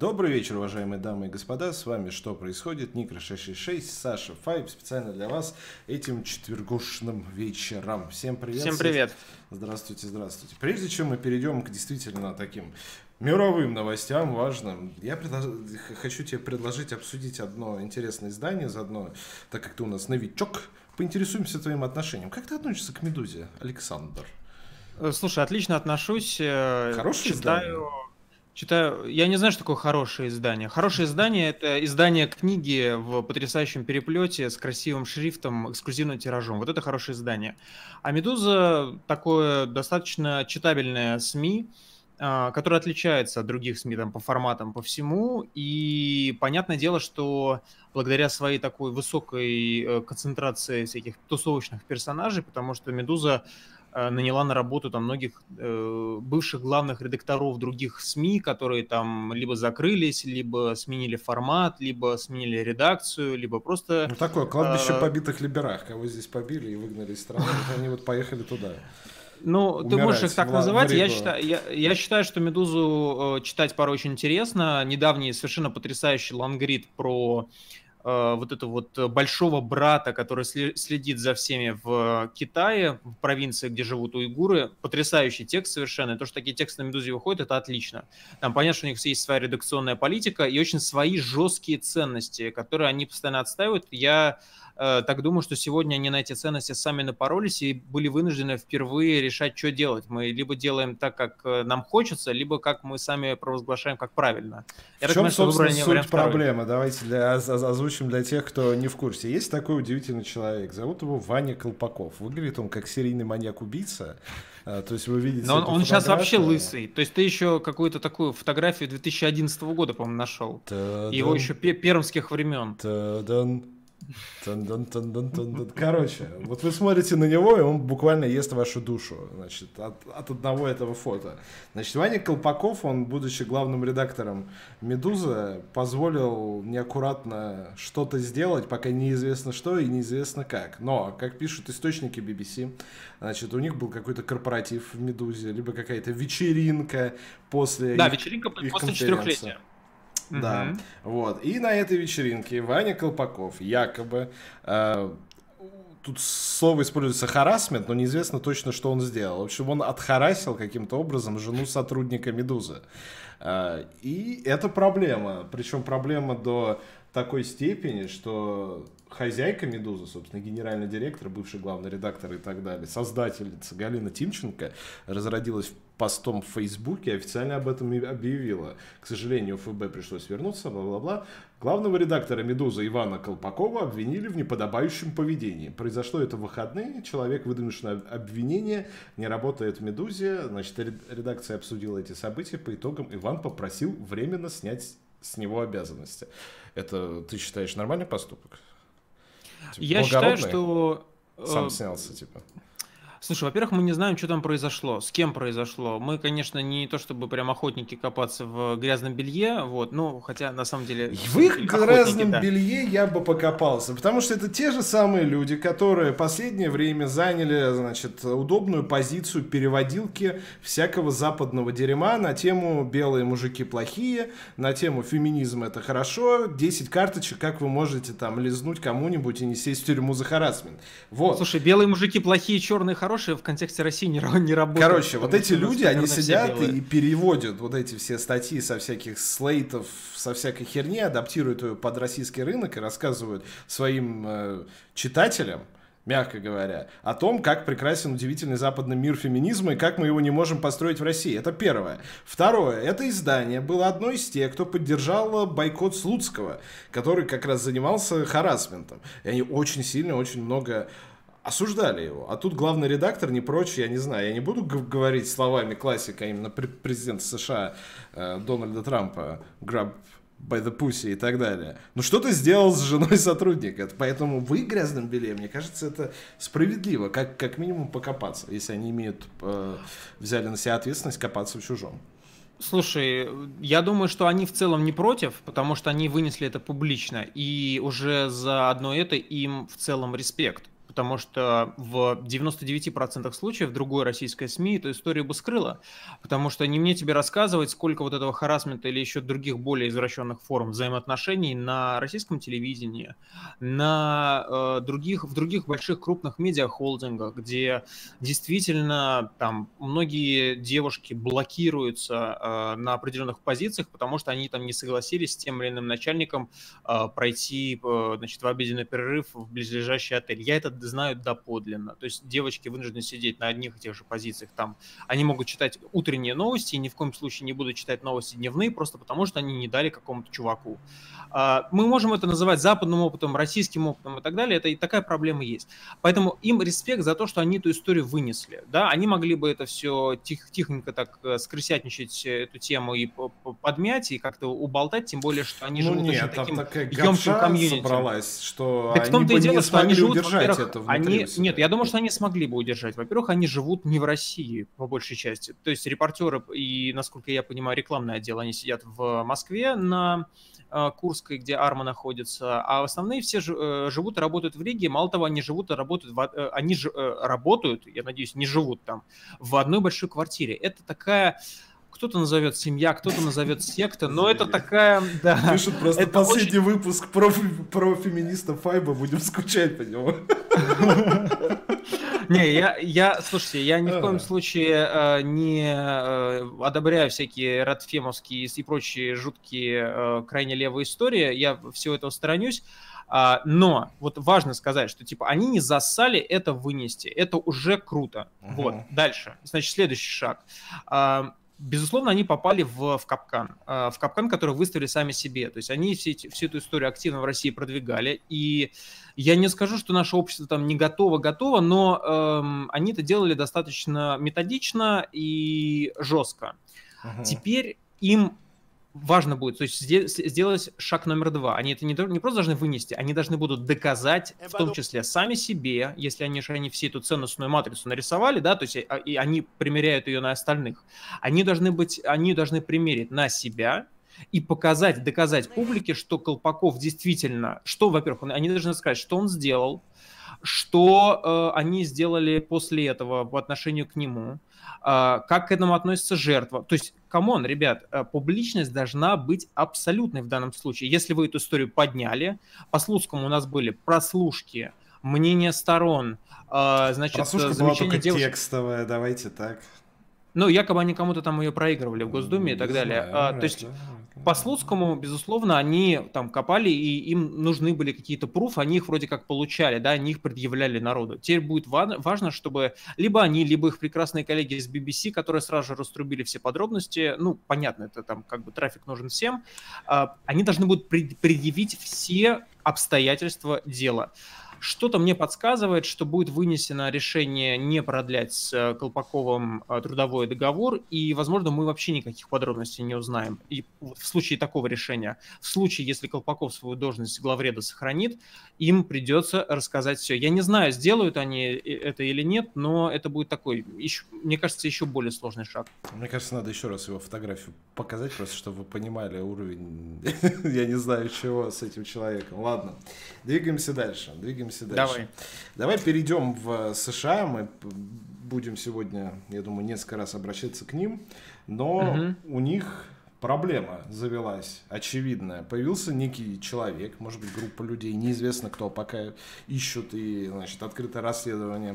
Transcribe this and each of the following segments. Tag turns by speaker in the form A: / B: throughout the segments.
A: Добрый вечер, уважаемые дамы и господа, с вами «Что происходит?» Никра666, Саша Файв, специально для вас этим четвергушным вечером. Всем привет.
B: Всем привет.
A: Здравствуйте, здравствуйте. Прежде чем мы перейдем к действительно таким мировым новостям, важным, я хочу тебе предложить обсудить одно интересное издание, заодно, так как ты у нас новичок, поинтересуемся твоим отношением. Как ты относишься к «Медузе», Александр?
B: Слушай, отлично отношусь.
A: Хорошее издание?
B: Читаю. Я не знаю, что такое хорошее издание. Хорошее издание — это издание книги в потрясающем переплете с красивым шрифтом, эксклюзивным тиражом. Вот это хорошее издание. А «Медуза» такое достаточно читабельное СМИ, которое отличается от других СМИ там, по форматам, по всему. И понятное дело, что благодаря своей такой высокой концентрации всяких тусовочных персонажей, потому что «Медуза» наняла на работу там многих бывших главных редакторов других СМИ, которые там либо закрылись, либо сменили формат, либо сменили редакцию, либо просто...
A: Ну такое, кладбище побитых либерах, кого здесь побили и выгнали из страны, они вот поехали туда.
B: Ну, ты можешь их так называть. Я считаю, что «Медузу» читать порой очень интересно. Недавний совершенно потрясающий лонгрид про вот этого вот большого брата, который следит за всеми в Китае, в провинции, где живут уйгуры. Потрясающий текст совершенно. И то, что такие тексты на «Медузе» выходят, это отлично. Там понятно, что у них есть своя редакционная политика и очень свои жесткие ценности, которые они постоянно отстаивают. Я так думаю, что сегодня они на эти ценности сами напоролись и были вынуждены впервые решать, что делать. Мы либо делаем так, как нам хочется, либо как мы сами провозглашаем, как правильно.
A: В чем, собственно, суть проблемы? Давайте озвучим для тех, кто не в курсе. Есть такой удивительный человек, зовут его Ваня Колпаков. Выглядит он как серийный маньяк-убийца. То есть вы видите...
B: Но он сейчас вообще лысый. То есть ты еще какую-то такую фотографию 2011 года, по-моему, нашел. Его еще пермских времен.
A: Короче, вот вы смотрите на него, и он буквально ест вашу душу, значит, от одного этого фото. Значит, Ваня Колпаков, он, будучи главным редактором «Медузы», позволил неаккуратно что-то сделать, пока неизвестно что и неизвестно как. Но, как пишут источники BBC, значит, у них был какой-то корпоратив в «Медузе», либо какая-то вечеринка после
B: вечеринка после 4-летия.
A: Да, вот. И на этой вечеринке Ваня Колпаков якобы, тут слово используется харассмент, но неизвестно точно, что он сделал. В общем, он отхарасил каким-то образом жену сотрудника «Медузы». И это проблема. Причем проблема до такой степени, что хозяйка «Медузы», собственно, генеральный директор, бывший главный редактор и так далее, создательница Галина Тимченко разродилась постом в Фейсбуке и официально об этом объявила. К сожалению, ФБ пришлось вернуться, бла-бла-бла. Главного редактора «Медузы» Ивана Колпакова обвинили в неподобающем поведении. Произошло это в выходные, человек, выдвинувший на обвинение, не работает в «Медузе». Значит, редакция обсудила эти события. По итогам Иван попросил временно снять с него обязанности. Это ты считаешь нормальный поступок?
B: Я считаю, что...
A: Сам снялся, типа.
B: Слушай, во-первых, мы не знаем, что там произошло, с кем произошло. Мы, конечно, не то чтобы прям охотники копаться в грязном белье, вот, ну, хотя на самом деле...
A: В их грязном белье я бы покопался, потому что это те же самые люди, которые последнее время заняли, значит, удобную позицию переводилки всякого западного дерьма на тему «белые мужики плохие», на тему «феминизм это хорошо», 10 карточек, как вы можете там лизнуть кому-нибудь и не сесть в тюрьму за харассмент. Вот.
B: Слушай, белые мужики плохие, черные хорошие в контексте России не работают.
A: Короче, вот эти люди, они сидят и переводят вот эти все статьи со всяких слейтов, со всякой херни, адаптируют ее под российский рынок и рассказывают своим читателям, мягко говоря, о том, как прекрасен удивительный западный мир феминизма и как мы его не можем построить в России. Это первое. Второе. Это издание было одно из тех, кто поддержал бойкот Слуцкого, который как раз занимался харассментом. И они очень сильно, очень много осуждали его. А тут главный редактор не прочь, я не знаю, я не буду говорить словами классика именно президента США Дональда Трампа, grab by the pussy и так далее. Ну что ты сделал с женой сотрудника? Поэтому в их грязном белье, мне кажется, это справедливо, как минимум покопаться, если они взяли на себя ответственность копаться в чужом.
B: Слушай, я думаю, что они в целом не против, потому что они вынесли это публично, и уже за одно это им в целом респект. потому что в 99% случаев другое российское СМИ эту историю бы скрыло, потому что не мне тебе рассказывать, сколько вот этого харассмента или еще других более извращенных форм взаимоотношений на российском телевидении, в других больших крупных медиахолдингах, где действительно там многие девушки блокируются на определенных позициях, потому что они там не согласились с тем или иным начальником пройти, значит, в обеденный перерыв в близлежащий отель. Я это знаю доподлинно. То есть девочки вынуждены сидеть на одних и тех же позициях. Там они могут читать утренние новости и ни в коем случае не будут читать новости дневные, просто потому что они не дали какому-то чуваку. Мы можем это называть западным опытом, российским опытом и так далее. Это и такая проблема есть. Поэтому им респект за то, что они эту историю вынесли. Да? Они могли бы это все тихонько так скрысятничать, эту тему, и подмять, и как-то уболтать, тем более, что они живут очень таким емким комьюнити.
A: Собралась, что
B: так в том-то и дело, что они живут,
A: удержать это внутри.
B: Нет, я думаю, что они смогли бы удержать. Во-первых, они живут не в России, по большей части. То есть репортеры и, насколько я понимаю, рекламный отдел, они сидят в Москве на Курской, где Арма находится, а основные все живут и работают в Риге. Мало того, они живут и работают, работают, я надеюсь, не живут там, в одной большой квартире. Это такая... Кто-то назовет семья, кто-то назовет секта, но это такая... Да,
A: пишут просто последний выпуск про феминиста Файба, будем скучать по нему.
B: Не, слушайте, я ни в коем случае не одобряю всякие радфемовские и прочие жуткие крайне левые истории, я всего этого сторонюсь. Но вот важно сказать, что типа они не зассали это вынести, это уже круто. Вот, дальше, значит, следующий шаг. Безусловно, они попали в капкан, который выставили сами себе. То есть они всю эту историю активно в России продвигали. И я не скажу, что наше общество там не готово, но они это делали достаточно методично и жестко. Теперь им важно будет, то есть сделать шаг номер 2. Они это не просто должны вынести, они должны будут доказать, в том числе сами себе, если они все эту ценностную матрицу нарисовали, да, то есть и они примеряют ее на остальных. Они должны примерить на себя и доказать публике, что Колпаков действительно, во-первых, они должны сказать, что он сделал, что они сделали после этого по отношению к нему, как к этому относится жертва. То есть, камон, ребят, публичность должна быть абсолютной в данном случае. Если вы эту историю подняли, по Слуцкому у нас были прослушки, мнения сторон, значит,
A: прослушка была только текстовая, давайте так.
B: Ну, якобы они кому-то там ее проигрывали в Госдуме и так далее. То есть по Слуцкому, безусловно, они там копали, и им нужны были какие-то пруфы, они их вроде как получали, да, они их предъявляли народу. Теперь будет важно, чтобы либо они, либо их прекрасные коллеги из BBC, которые сразу же раструбили все подробности, ну, понятно, это там как бы трафик нужен всем, они должны будут предъявить все обстоятельства дела. Что-то мне подсказывает, что будет вынесено решение не продлять с Колпаковым трудовой договор, и, возможно, мы вообще никаких подробностей не узнаем. И в случае такого решения, в случае, если Колпаков свою должность главреда сохранит, им придется рассказать все. Я не знаю, сделают они это или нет, но это будет такой, мне кажется, еще более сложный шаг.
A: Мне кажется, надо еще раз его фотографию показать, просто чтобы вы понимали уровень, я не знаю, чего с этим человеком. Ладно, двигаемся дальше. Давай перейдем в США. Мы будем сегодня, я думаю, несколько раз обращаться к ним, но у них проблема завелась, очевидная. Появился некий человек, может быть, группа людей, неизвестно кто, пока ищут и, значит, открытое расследование,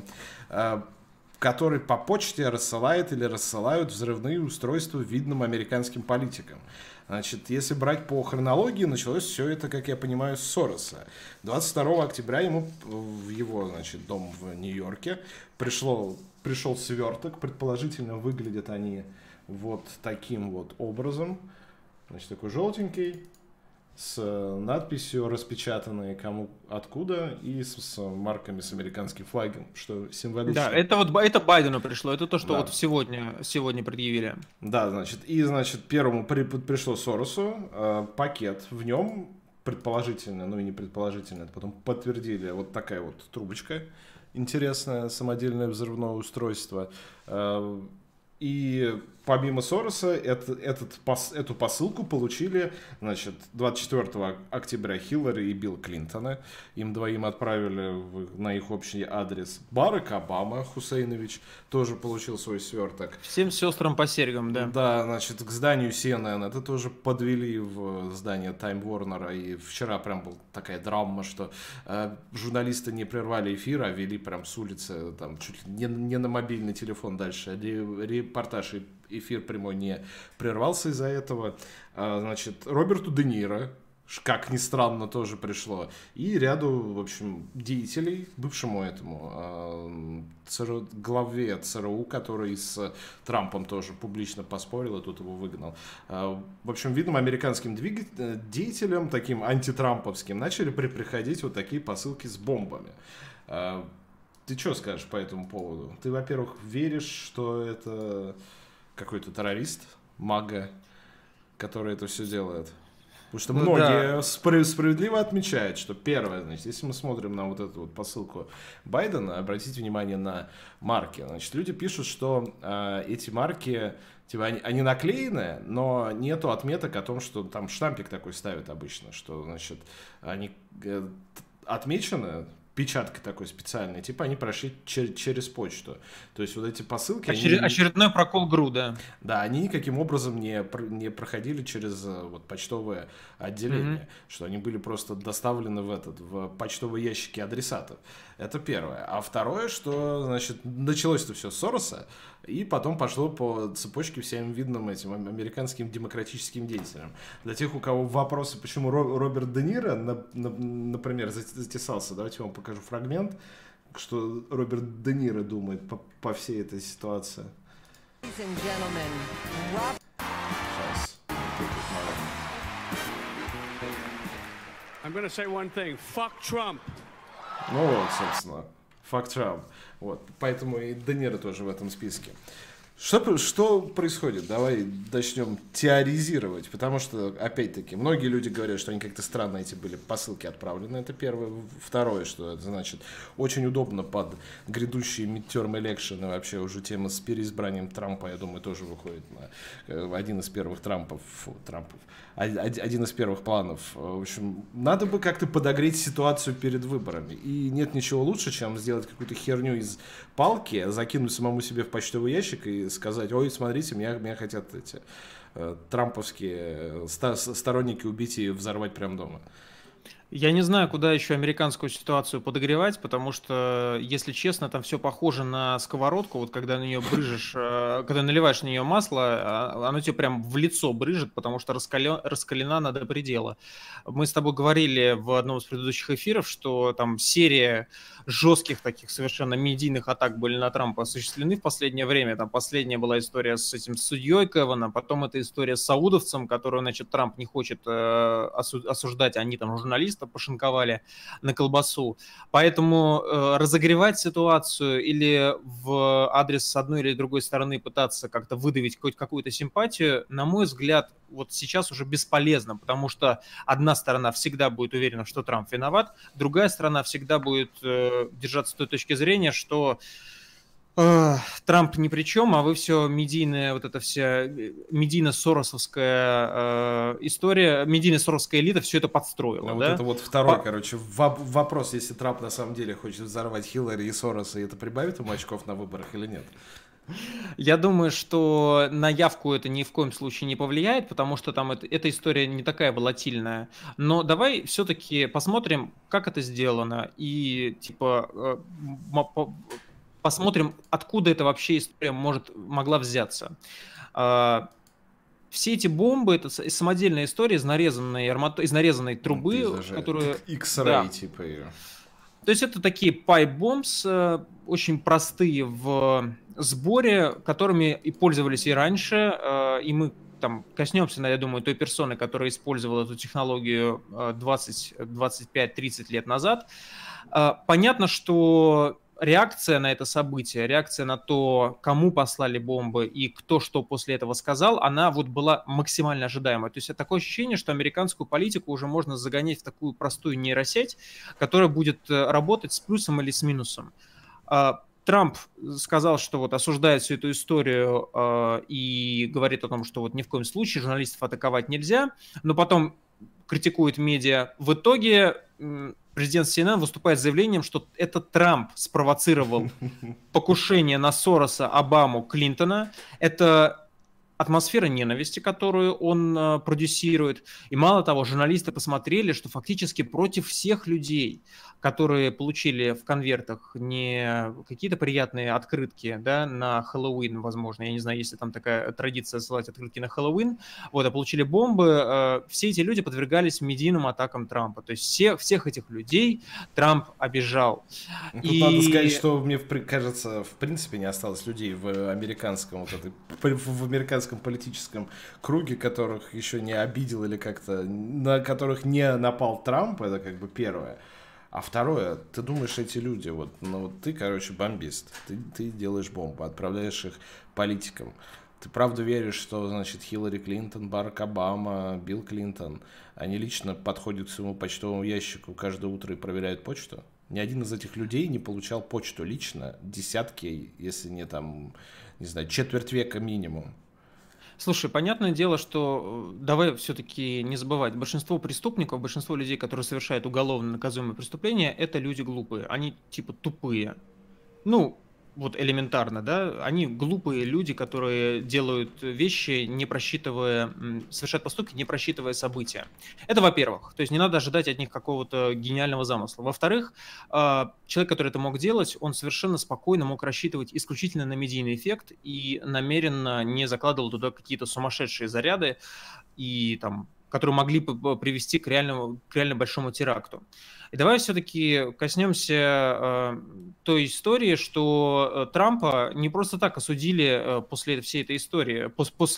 A: который по почте рассылает или рассылают взрывные устройства видным американским политикам. Значит, если брать по хронологии, началось все это, как я понимаю, с Сороса. 22 октября ему в его, значит, дом в Нью-Йорке пришел сверток. Предположительно, выглядят они вот таким вот образом. Значит, такой желтенький, с надписью, распечатанной кому откуда, и с марками с американским флагом, что символично.
B: Да, это Байдену пришло, это то, что да. Вот сегодня предъявили.
A: Да, значит, первому пришло Соросу пакет, в нем предположительно, ну и не предположительно, это потом подтвердили, вот такая вот трубочка интересная, самодельное взрывное устройство. И помимо Сороса, эту посылку получили, значит, 24 октября Хиллари и Билл Клинтона. Им двоим отправили на их общий адрес. Барак Обама Хусейнович тоже получил свой сверток.
B: Всем сестрам по серьгам, да.
A: Да, значит, к зданию CNN это тоже подвели в здание Time Warner. И вчера прям была такая драма, что журналисты не прервали эфир, а вели прям с улицы, там, чуть ли не на мобильный телефон дальше. Репортаж и эфир прямой не прервался из-за этого. Значит, Роберту Де Ниро, как ни странно, тоже пришло. И ряду, в общем, деятелей, бывшему этому главе ЦРУ, который с Трампом тоже публично поспорил, и тут его выгнал. В общем, видно, американским деятелям, таким антитрамповским, начали приходить вот такие посылки с бомбами. Ты что скажешь по этому поводу? Ты, во-первых, веришь, что это какой-то террорист, мага, который это все делает? Потому что многие справедливо отмечают, что первое, значит, если мы смотрим на вот эту вот посылку Байдена, обратите внимание на марки. Значит, люди пишут, что эти марки, типа, они наклеены, но нету отметок о том, что там штампик такой ставят обычно, что, значит, они отмечены печаткой такой специальной, типа они прошли через почту. То есть вот эти посылки...
B: Очередной прокол ГРУ, да.
A: Да, они никаким образом не проходили через вот, почтовое отделение, что они были просто доставлены в почтовые ящики адресатов. Это первое. А второе, что, значит, началось это все с Сороса, и потом пошло по цепочке всем видным этим американским демократическим деятелям. Для тех, у кого вопросы, почему Роберт Де Ниро, например, затесался, давайте я вам покажу фрагмент, что Роберт Де Ниро думает по всей этой ситуации. Сейчас.
C: I'm gonna say one thing. Fuck Trump.
A: Ну вот, собственно, fuck Trump. Вот, поэтому и Де Ниро тоже в этом списке. Что происходит? Давай начнем теоризировать, потому что, опять-таки, многие люди говорят, что они как-то странно эти были посылки отправлены, это первое. Второе, что это значит, очень удобно под грядущие midterm election, и вообще уже тема с переизбранием Трампа, я думаю, тоже выходит на один из первых один из первых планов. В общем, надо бы как-то подогреть ситуацию перед выборами. И нет ничего лучше, чем сделать какую-то херню из палки, закинуть самому себе в почтовый ящик и сказать: ой, смотрите, меня хотят эти трамповские сторонники убить и взорвать прямо дома.
B: Я не знаю, куда еще американскую ситуацию подогревать, потому что, если честно, там все похоже на сковородку. Вот когда на нее брыжешь, когда наливаешь на нее масло, оно тебе прям в лицо брыжет, потому что раскалена она до предела. Мы с тобой говорили в одном из предыдущих эфиров, что там серия жестких таких совершенно медийных атак были на Трампа осуществлены в последнее время. Там последняя была история с этим судьей Кеваном, потом эта история с саудовцем, которую, значит, Трамп не хочет осуждать, они там журналисты пошинковали на колбасу. Поэтому разогревать ситуацию или в адрес одной или другой стороны пытаться как-то выдавить хоть какую-то симпатию, на мой взгляд, вот сейчас уже бесполезно, потому что одна сторона всегда будет уверена, что Трамп виноват, другая сторона всегда будет держаться с той точки зрения, что Трамп ни при чем, а вы все медийная, вот эта вся медийно-соросовская история, медийно-соросовская элита все это подстроила.
A: Вот
B: да?
A: это вот второй, короче, вопрос, если Трамп на самом деле хочет взорвать Хиллари и Сороса, это прибавит ему очков на выборах или нет?
B: Я думаю, что на явку это ни в коем случае не повлияет, потому что там эта история не такая волатильная. Но давай все-таки посмотрим, как это сделано, и типа посмотрим, откуда эта вообще история могла взяться. Все эти бомбы — это самодельная история из нарезанной трубы, которую...
A: X-ray,
B: да.
A: типа ее.
B: То есть это такие pipe bombs, очень простые в сборе, которыми и пользовались и раньше, и мы там коснемся, я думаю, той персоны, которая использовала эту технологию 20, 25, 30 лет назад. Понятно, что реакция на это событие, реакция на то, кому послали бомбы и кто что после этого сказал, она вот была максимально ожидаемой. То есть это такое ощущение, что американскую политику уже можно загонять в такую простую нейросеть, которая будет работать с плюсом или с минусом. Трамп сказал, что вот осуждает всю эту историю и говорит о том, что вот ни в коем случае журналистов атаковать нельзя, но потом критикует медиа. В итоге президент CNN выступает с заявлением, что это Трамп спровоцировал покушение на Сороса, Обаму, Клинтона. Это атмосфера ненависти, которую он продюсирует. И мало того, журналисты посмотрели, что фактически против всех людей, которые получили в конвертах не какие-то приятные открытки, да, на Хэллоуин, возможно, я не знаю, есть ли там такая традиция ссылать открытки на Хэллоуин, вот, а получили бомбы, все эти люди подвергались медийным атакам Трампа. То есть всех этих людей Трамп обижал.
A: Тут надо сказать, что мне кажется, в принципе не осталось людей в американском в американском политическом круге, которых еще не обидел или как-то, на которых не напал Трамп, это как бы первое. А второе, ты думаешь, эти люди, вот ты, короче, бомбист, ты делаешь бомбы, отправляешь их политикам. Ты правда веришь, что, значит, Хиллари Клинтон, Барак Обама, Билл Клинтон, они лично подходят к своему почтовому ящику каждое утро и проверяют почту? Ни один из этих людей не получал почту лично десятки, если не там, не знаю, четверть века минимум.
B: Слушай, понятное дело, что давай все-таки не забывать, большинство преступников, большинство людей, которые совершают уголовно наказуемые преступления, это люди глупые, они типа тупые. Ну, вот элементарно, да, они глупые люди, которые делают вещи, не просчитывая, совершают поступки, не просчитывая события. Это во-первых, то есть не надо ожидать от них какого-то гениального замысла. Во-вторых, человек, который это мог делать, он совершенно спокойно мог рассчитывать исключительно на медийный эффект и намеренно не закладывал туда какие-то сумасшедшие заряды, и там, которые могли бы привести к реально большому теракту. И давай все-таки коснемся той истории, что Трампа не просто так осудили после всей этой истории,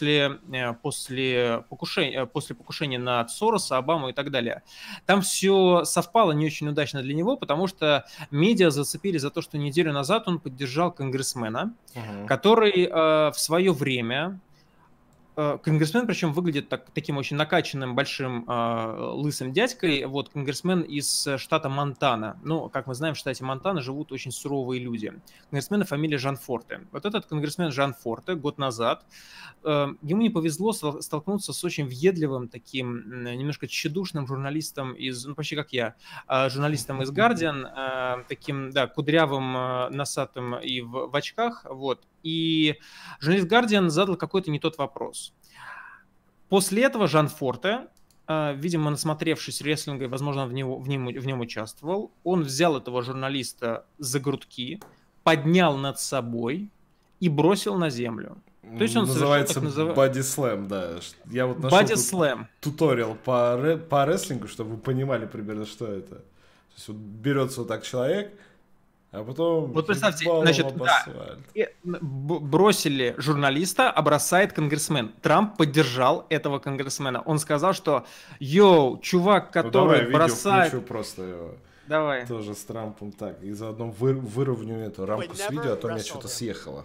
B: после покушения на Сороса, Обаму и так далее. Там все совпало не очень удачно для него, потому что медиа зацепили за то, что неделю назад он поддержал конгрессмена, который в свое время... Конгрессмен, причем выглядит таким очень накачанным, большим лысым дядькой. Вот конгрессмен из штата Монтана. Ну, как мы знаем, в штате Монтана живут очень суровые люди. Конгрессмена фамилия Жанфорте. Вот этот конгрессмен Жанфорте год назад, ему не повезло столкнуться с очень въедливым, таким немножко тщедушным журналистом ну, почти как я, журналистом из Guardian, таким, да, кудрявым, носатым и в очках, вот. И журналист Guardian задал какой-то не тот вопрос. После этого Жанфорте, видимо, насмотревшись рестлинга, и, возможно, в нем участвовал, он взял этого журналиста за грудки, поднял над собой и бросил на землю. То есть он
A: называется Body Slam, да. Я вот нашел туториал по рестлингу, чтобы вы понимали примерно, что это. То есть вот берется вот так человек, а потом...
B: Вот представьте, значит, да, бросили журналиста, а бросает конгрессмен. Трамп поддержал этого конгрессмена. Он сказал, что йоу, чувак, который
A: давай,
B: бросает...
A: Видео просто его.
B: Давай.
A: Тоже с Трампом так. И заодно выровню эту рамку с видео, а то у меня что-то съехало.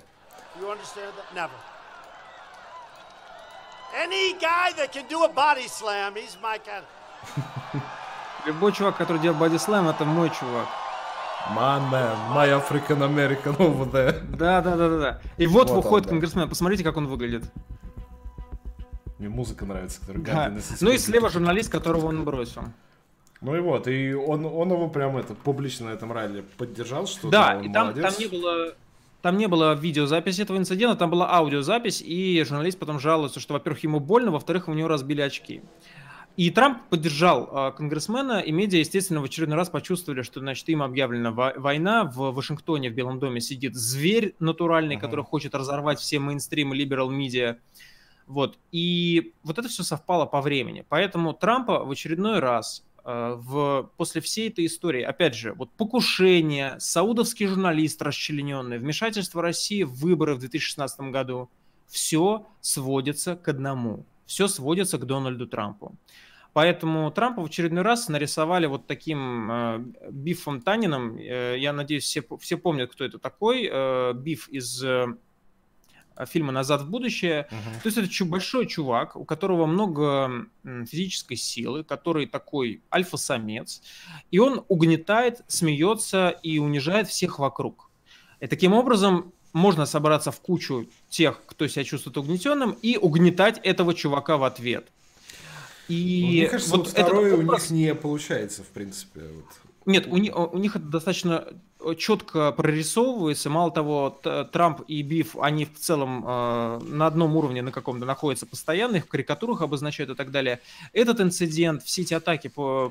B: Любой чувак, который делает бодислэм, это мой чувак.
A: My man, my African American over there.
B: Да. И вот выходит конгрессмен. Посмотрите, как он выглядит.
A: Мне музыка нравится, которая
B: да. Ну и слева журналист, которого он бросил.
A: Ну и вот, и он его прям публично на этом ралли поддержал, что
B: да, и там не было видеозаписи этого инцидента, там была аудиозапись, и журналист потом жалуется, что, во-первых, ему больно, во-вторых, у него разбили очки. И Трамп поддержал конгрессмена, и медиа, естественно, в очередной раз почувствовали, что, значит, им объявлена война. В Вашингтоне, в Белом доме сидит зверь натуральный, который хочет разорвать все мейнстрим и либерал-медиа. Вот. И вот это все совпало по времени. Поэтому Трампа в очередной раз после всей этой истории, опять же, вот покушение, саудовский журналист расчлененный, вмешательство России в выборы в 2016 году, все сводится к одному. Все сводится к Дональду Трампу. Поэтому Трампа в очередной раз нарисовали вот таким Бифом Танином. Я надеюсь, все помнят, кто это такой. Биф из фильма «Назад в будущее». То есть это большой чувак, у которого много физической силы, который такой альфа-самец. И он угнетает, смеется и унижает всех вокруг. И таким образом можно собраться в кучу тех, кто себя чувствует угнетенным, и угнетать этого чувака в ответ. И
A: мне кажется, вот второе у них не получается, в принципе. Вот.
B: Нет, у них это достаточно четко прорисовывается. Мало того, Трамп и Биф, они в целом на одном уровне на каком-то находятся постоянно, их в карикатурах обозначают и так далее. Этот инцидент, все эти атаки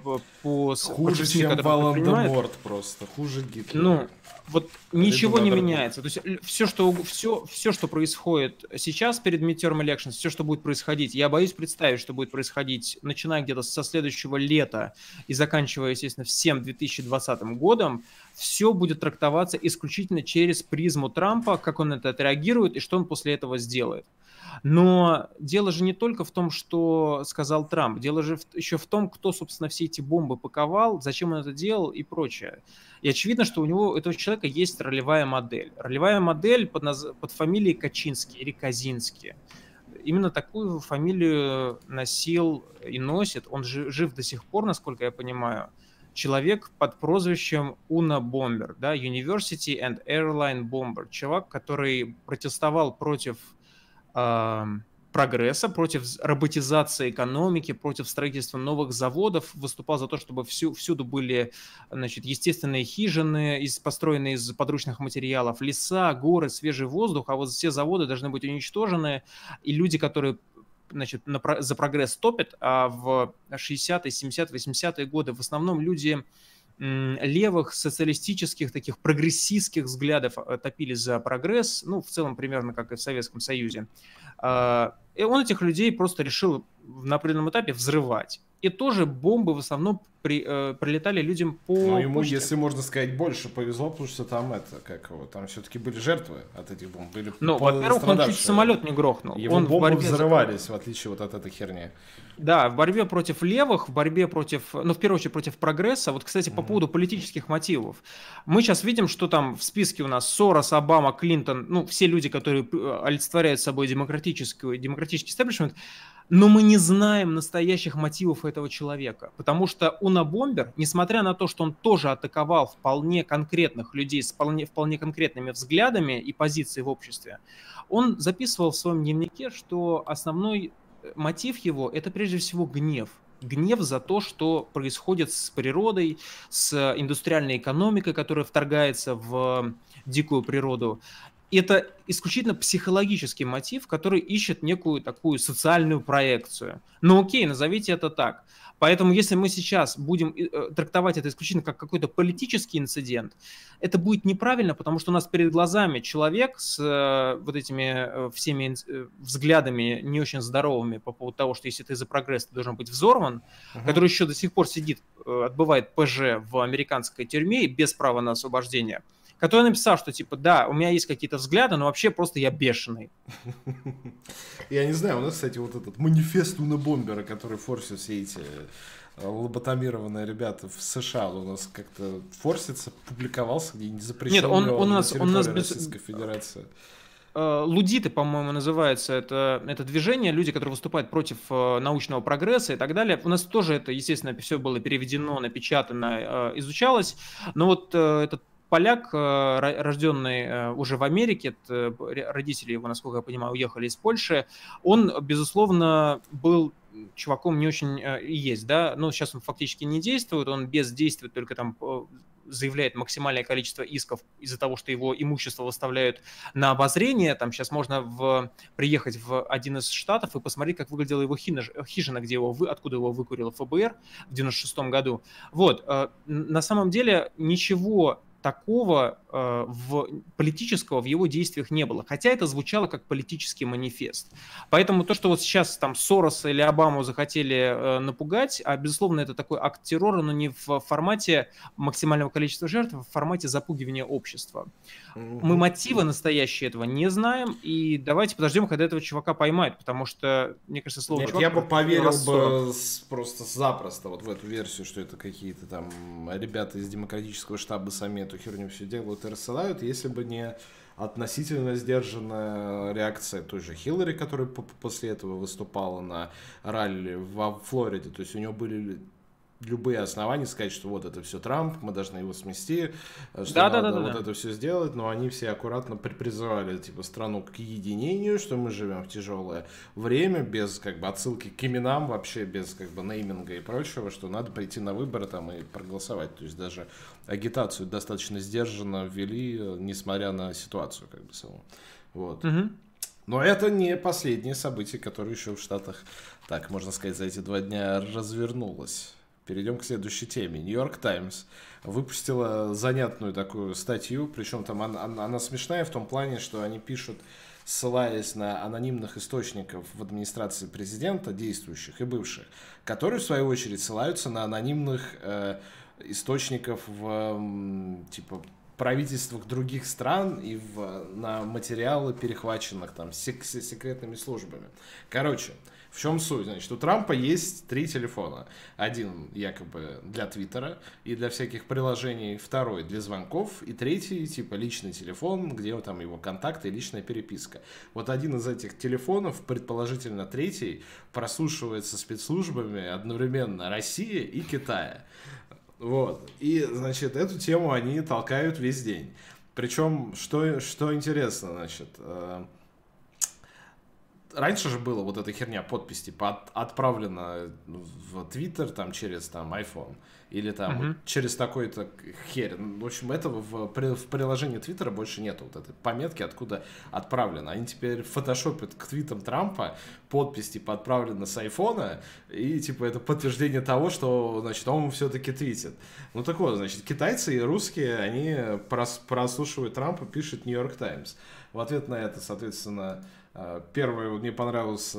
A: хуже, чем Волан-де-Морт просто, хуже Гитлера.
B: Ну, вот ничего не меняется. То есть все, что происходит сейчас перед midterm elections, все, что будет происходить, я боюсь представить, что будет происходить, начиная где-то со следующего лета и заканчивая, естественно, всем 2020 годом, все будет трактоваться исключительно через призму Трампа, как он это отреагирует и что он после этого сделает. Но дело же не только в том, что сказал Трамп, дело же еще в том, кто, собственно, все эти бомбы паковал, зачем он это делал и прочее. И очевидно, что у этого человека есть ролевая модель. Ролевая модель под фамилией Качинский или Казинский. Именно такую фамилию носил и носит, он жив до сих пор, насколько я понимаю, человек под прозвищем Уна Бомбер, да, University and Airline Bomber, чувак, который протестовал против прогресса, против роботизации экономики, против строительства новых заводов, выступал за то, чтобы всюду были, значит, естественные хижины, построенные из подручных материалов, леса, горы, свежий воздух, а вот все заводы должны быть уничтожены, и люди, которые, значит, за прогресс топят, а в 60-е, 70-е, 80-е годы в основном люди левых, социалистических, таких прогрессистских взглядов топили за прогресс, ну, в целом примерно как и в Советском Союзе. И он этих людей просто решил на определенном этапе взрывать. И тоже бомбы в основном прилетали людям по
A: Но ему,
B: почте.
A: если можно сказать, больше повезло, потому что там там все-таки были жертвы от этих бомб.
B: Ну, во-первых, он чуть самолет не грохнул.
A: Его бомбы взрывались, в отличие вот от этой херни.
B: Да, в борьбе против левых, в борьбе против, ну, в первую очередь, против прогресса. Вот, кстати, по поводу политических мотивов. Мы сейчас видим, что там в списке у нас Сорос, Обама, Клинтон, ну, все люди, которые олицетворяют собой демократический истеблишмент, но мы не знаем настоящих мотивов этого человека, потому что Уна Бомбер, несмотря на то, что он тоже атаковал вполне конкретных людей с вполне конкретными взглядами и позицией в обществе, он записывал в своем дневнике, что основной мотив его – это прежде всего гнев. Гнев за то, что происходит с природой, с индустриальной экономикой, которая вторгается в дикую природу. Это исключительно психологический мотив, который ищет некую такую социальную проекцию. Ну окей, назовите это так. Поэтому если мы сейчас будем трактовать это исключительно как какой-то политический инцидент, это будет неправильно, потому что у нас перед глазами человек с вот этими всеми взглядами не очень здоровыми по поводу того, что если ты за прогресс, ты должен быть взорван, который еще до сих пор сидит, отбывает ПЖ в американской тюрьме без права на освобождение, который написал, что типа, да, у меня есть какие-то взгляды, но вообще просто я бешеный.
A: Я не знаю, у нас, кстати, вот этот манифест Уна Бомбера, который форсит все эти лоботомированные ребята в США, у нас как-то форсится, публиковался где-нибудь запрещенный.
B: Нет, у нас
A: Российской Федерации.
B: Лудиты, по-моему, называется это движение, люди, которые выступают против научного прогресса и так далее. У нас тоже это, естественно, все было переведено, напечатано, изучалось, но вот этот поляк, рожденный уже в Америке, родители его, насколько я понимаю, уехали из Польши, он, безусловно, был чуваком не очень и есть, да, но сейчас он фактически не действует, он бездействует, только там заявляет максимальное количество исков из-за того, что его имущество выставляют на обозрение. Там сейчас можно приехать в один из штатов и посмотреть, как выглядела его хижина, откуда его выкурило ФБР в 96-м году. Вот, на самом деле ничего такого политического в его действиях не было, хотя это звучало как политический манифест. Поэтому то, что вот сейчас там Сороса или Обаму захотели напугать, безусловно, это такой акт террора, но не в формате максимального количества жертв, а в формате запугивания общества. Мы мотивы настоящие этого не знаем, и давайте подождем, когда этого чувака поймают, потому что, мне кажется, слово
A: чувак... Я бы поверил бы просто запросто вот в эту версию, что это какие-то там ребята из демократического штаба сами эту херню все делают и рассылают, если бы не относительно сдержанная реакция той же Хиллари, которая после этого выступала на ралли во Флориде. То есть у нее были любые основания сказать, что вот это все Трамп, мы должны его смести, что
B: Да,
A: надо
B: да.
A: это все сделать, но они все аккуратно призывали типа страну к единению, что мы живем в тяжелое время, без как бы отсылки к именам вообще, без как бы нейминга и прочего, что надо прийти на выборы там и проголосовать. То есть даже агитацию достаточно сдержанно ввели, несмотря на ситуацию как бы саму. Вот. Но это не последнее событие, которое еще в Штатах, так можно сказать, за эти 2 дня развернулось. Перейдем к следующей теме. Нью-Йорк Таймс выпустила занятную такую статью, причем там она смешная в том плане, что они пишут, ссылаясь на анонимных источников в администрации президента, действующих и бывших, которые, в свою очередь, ссылаются на анонимных источников в типа правительствах других стран и на материалы, перехваченных там секретными службами. Короче, в чем суть? Значит, у Трампа есть 3 телефона. Один якобы для Твиттера и для всяких приложений, второй для звонков, и третий типа личный телефон, где там его контакты и личная переписка. Вот один из этих телефонов, предположительно третий, прослушивается спецслужбами одновременно России и Китая. Вот. И, значит, эту тему они толкают весь день. Причем, что интересно, значит, раньше же было вот эта херня, подпись, типа, отправлена в Твиттер, там, через, там, iPhone. Или там вот, через такой-то херь. В общем, этого в приложении Твиттера больше нету вот этой пометки, откуда отправлено. Они теперь фотошопят к твитам Трампа подпись, типа, отправлена с айфона, и, типа, это подтверждение того, что, значит, он все-таки твитит. Ну, так вот, значит, китайцы и русские, они прослушивают Трампа, пишет Нью-Йорк Таймс. В ответ на это, соответственно, первое, мне понравилась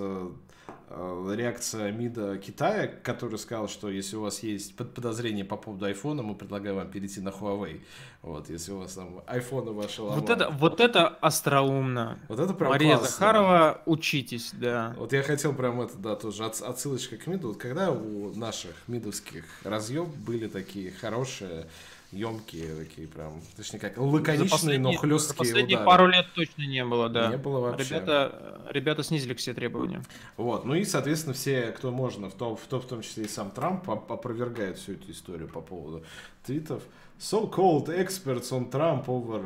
A: реакция МИДа Китая, который сказал, что если у вас есть подозрения по поводу айфона, мы предлагаем вам перейти на Huawei. Вот, если у вас там айфоны ваши ломают.
B: Вот это остроумно.
A: Вот это прям
B: Мария
A: классно.
B: Захарова, учитесь, да.
A: Вот я хотел прям это, да, тоже отсылочка к МИДу. Вот когда у наших МИДовских разъеб были такие хорошие, емкие, такие прям, точнее как, лаконичные, но хлесткие
B: за последние
A: удары.
B: пару лет точно не было, да.
A: Не было вообще.
B: Ребята снизили все требования.
A: Вот, ну и, соответственно, все, кто можно, в том числе и сам Трамп, опровергает всю эту историю по поводу твитов. So-called experts on Trump over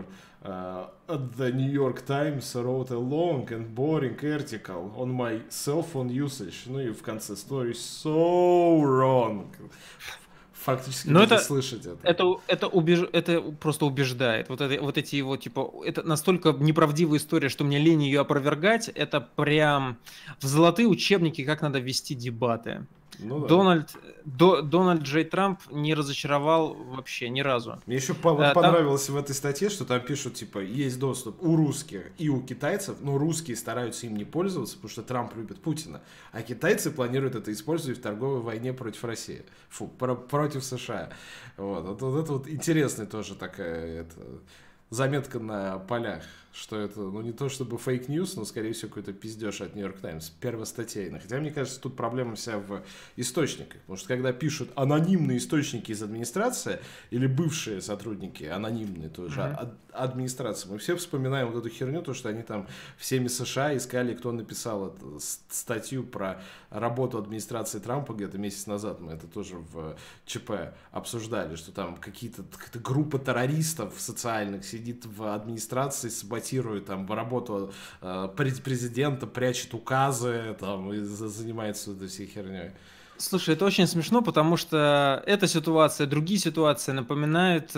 A: at the New York Times wrote a long and boring article on my cell phone usage. Ну и в конце story so wrong. Фактически надо слышать это.
B: Это просто убеждает. Вот эти его, типа, это настолько неправдивая история, что мне лень ее опровергать. Это прям в золотые учебники, как надо вести дебаты. Ну, да. Дональд Джей Трамп не разочаровал вообще ни разу.
A: Мне еще понравилось в этой статье, что там пишут, типа, есть доступ у русских и у китайцев, но русские стараются им не пользоваться, потому что Трамп любит Путина, а китайцы планируют это использовать в торговой войне против России. Против США. Вот это вот интересная тоже такая заметка на полях, что это, ну, не то чтобы фейк-ньюс, но, скорее всего, какой-то пиздеж от Нью-Йорк Таймс, первостатейный. Хотя, мне кажется, тут проблема вся в источниках. Потому что, когда пишут анонимные источники из администрации, или бывшие сотрудники, анонимные тоже, администрации, мы все вспоминаем вот эту херню, то, что они там всеми США искали, кто написал эту статью про работу администрации Трампа где-то месяц назад. Мы это тоже в ЧП обсуждали, что там какая-то группа террористов социальных сидит в администрации, саботирует там работу президента, прячет указы там, и занимается этой всей херней.
B: Слушай, это очень смешно, потому что эта ситуация, другие ситуации напоминают,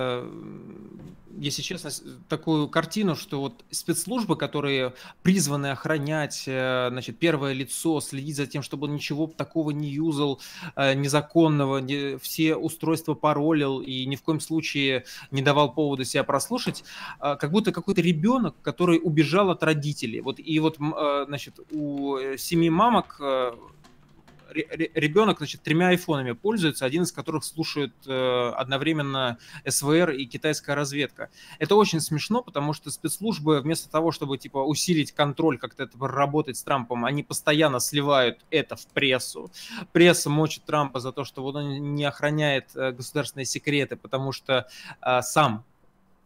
B: если честно, такую картину, что вот спецслужбы, которые призваны охранять, значит, первое лицо, следить за тем, чтобы он ничего такого не юзал, незаконного, все устройства паролил и ни в коем случае не давал повода себя прослушать, как будто какой-то ребенок, который убежал от родителей. Вот, и вот, значит, у 7 мамок ребенок, значит, 3 айфонами пользуется, один из которых слушает одновременно СВР и китайская разведка. Это очень смешно, потому что спецслужбы вместо того, чтобы типа усилить контроль, как-то это работать с Трампом, они постоянно сливают это в прессу. Пресса мочит Трампа за то, что вот он не охраняет государственные секреты, потому что сам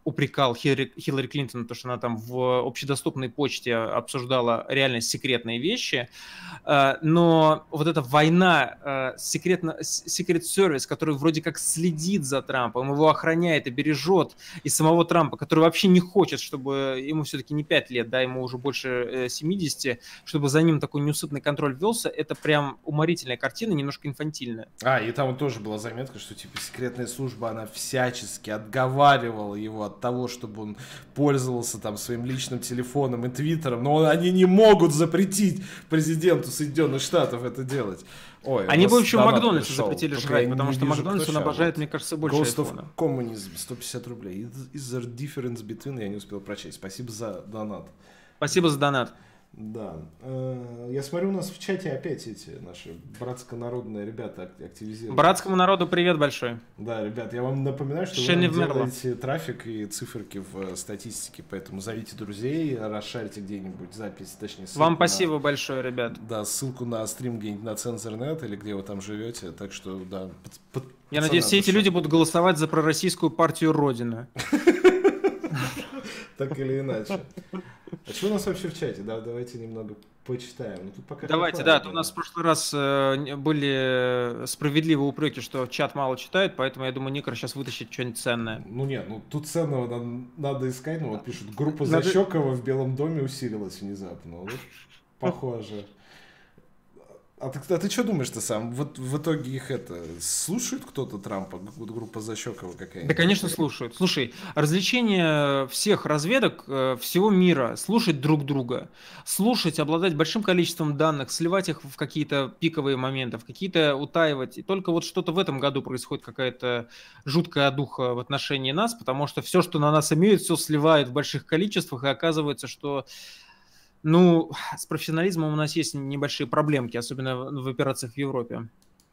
B: упрекал Хиллари Клинтон, то, что она там в общедоступной почте обсуждала реально секретные вещи. Но вот эта война, Secret Service, который вроде как следит за Трампом, его охраняет и бережет, и самого Трампа, который вообще не хочет, чтобы ему все-таки не 5 лет, да, ему уже больше 70, чтобы за ним такой неусыпный контроль велся, это прям уморительная картина, немножко инфантильная.
A: И там вот тоже была заметка, что типа секретная служба, она всячески отговаривала его от того, чтобы он пользовался там своим личным телефоном и твиттером, но они не могут запретить президенту Соединенных Штатов это делать.
B: Они бы еще Макдональдс запретили жрать, потому что Макдональдс он обожает, мне кажется, больше
A: Ghost
B: айфона.
A: of Communism, 150 рублей. Is there difference between? Я не успел прочесть. Спасибо за донат.
B: Спасибо за донат.
A: Да. Я смотрю, у нас в чате опять эти наши братско-народные ребята активизированы.
B: Братскому народу привет большой.
A: Да, ребят, я вам напоминаю, что вы делаете трафик и циферки в статистике, поэтому зовите друзей, расшарьте где-нибудь запись, точнее ссылку.
B: Вам спасибо большое, ребят.
A: Да, ссылку на стрим где-нибудь на Цензорнет или где вы там живете, так что, да.
B: Я надеюсь, все эти люди будут голосовать за пророссийскую партию Родина.
A: Так или иначе. А что у нас вообще в чате? Да, давайте немного почитаем. Ну, тут пока
B: давайте, да, у нас в прошлый раз были справедливые упреки, что чат мало читает, поэтому я думаю, Никар сейчас вытащит что-нибудь ценное.
A: Ну нет, тут ценного надо искать, ну вот пишут, группа Защекова в Белом доме усилилась внезапно. Вот, похоже. А ты что думаешь-то сам? Вот в итоге их слушает кто-то Трампа? Группа Защекова какая-нибудь?
B: Да, конечно, слушают. Слушай, развлечение всех разведок всего мира — слушать друг друга. Слушать, обладать большим количеством данных, сливать их в какие-то пиковые моменты, в какие-то утаивать. И только вот что-то в этом году происходит, какая-то жуткая одуха в отношении нас, потому что все, что на нас имеют, все сливают в больших количествах, и оказывается, что... Ну, с профессионализмом у нас есть небольшие проблемки, особенно в операциях в Европе.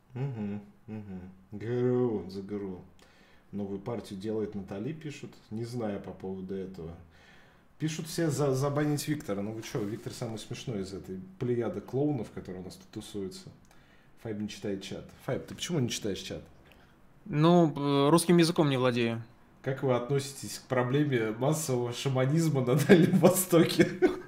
A: ГРУ, за ГРУ. Новую партию делает Натали, пишут. Не знаю по поводу этого. Пишут все забанить Виктора. Ну вы что, Виктор самый смешной из этой плеяды клоунов, которые у нас тут тусуются. Файб не читает чат. Файб, ты почему не читаешь чат?
B: Ну, русским языком не владею.
A: Как вы относитесь к проблеме массового шаманизма на Дальнем Востоке?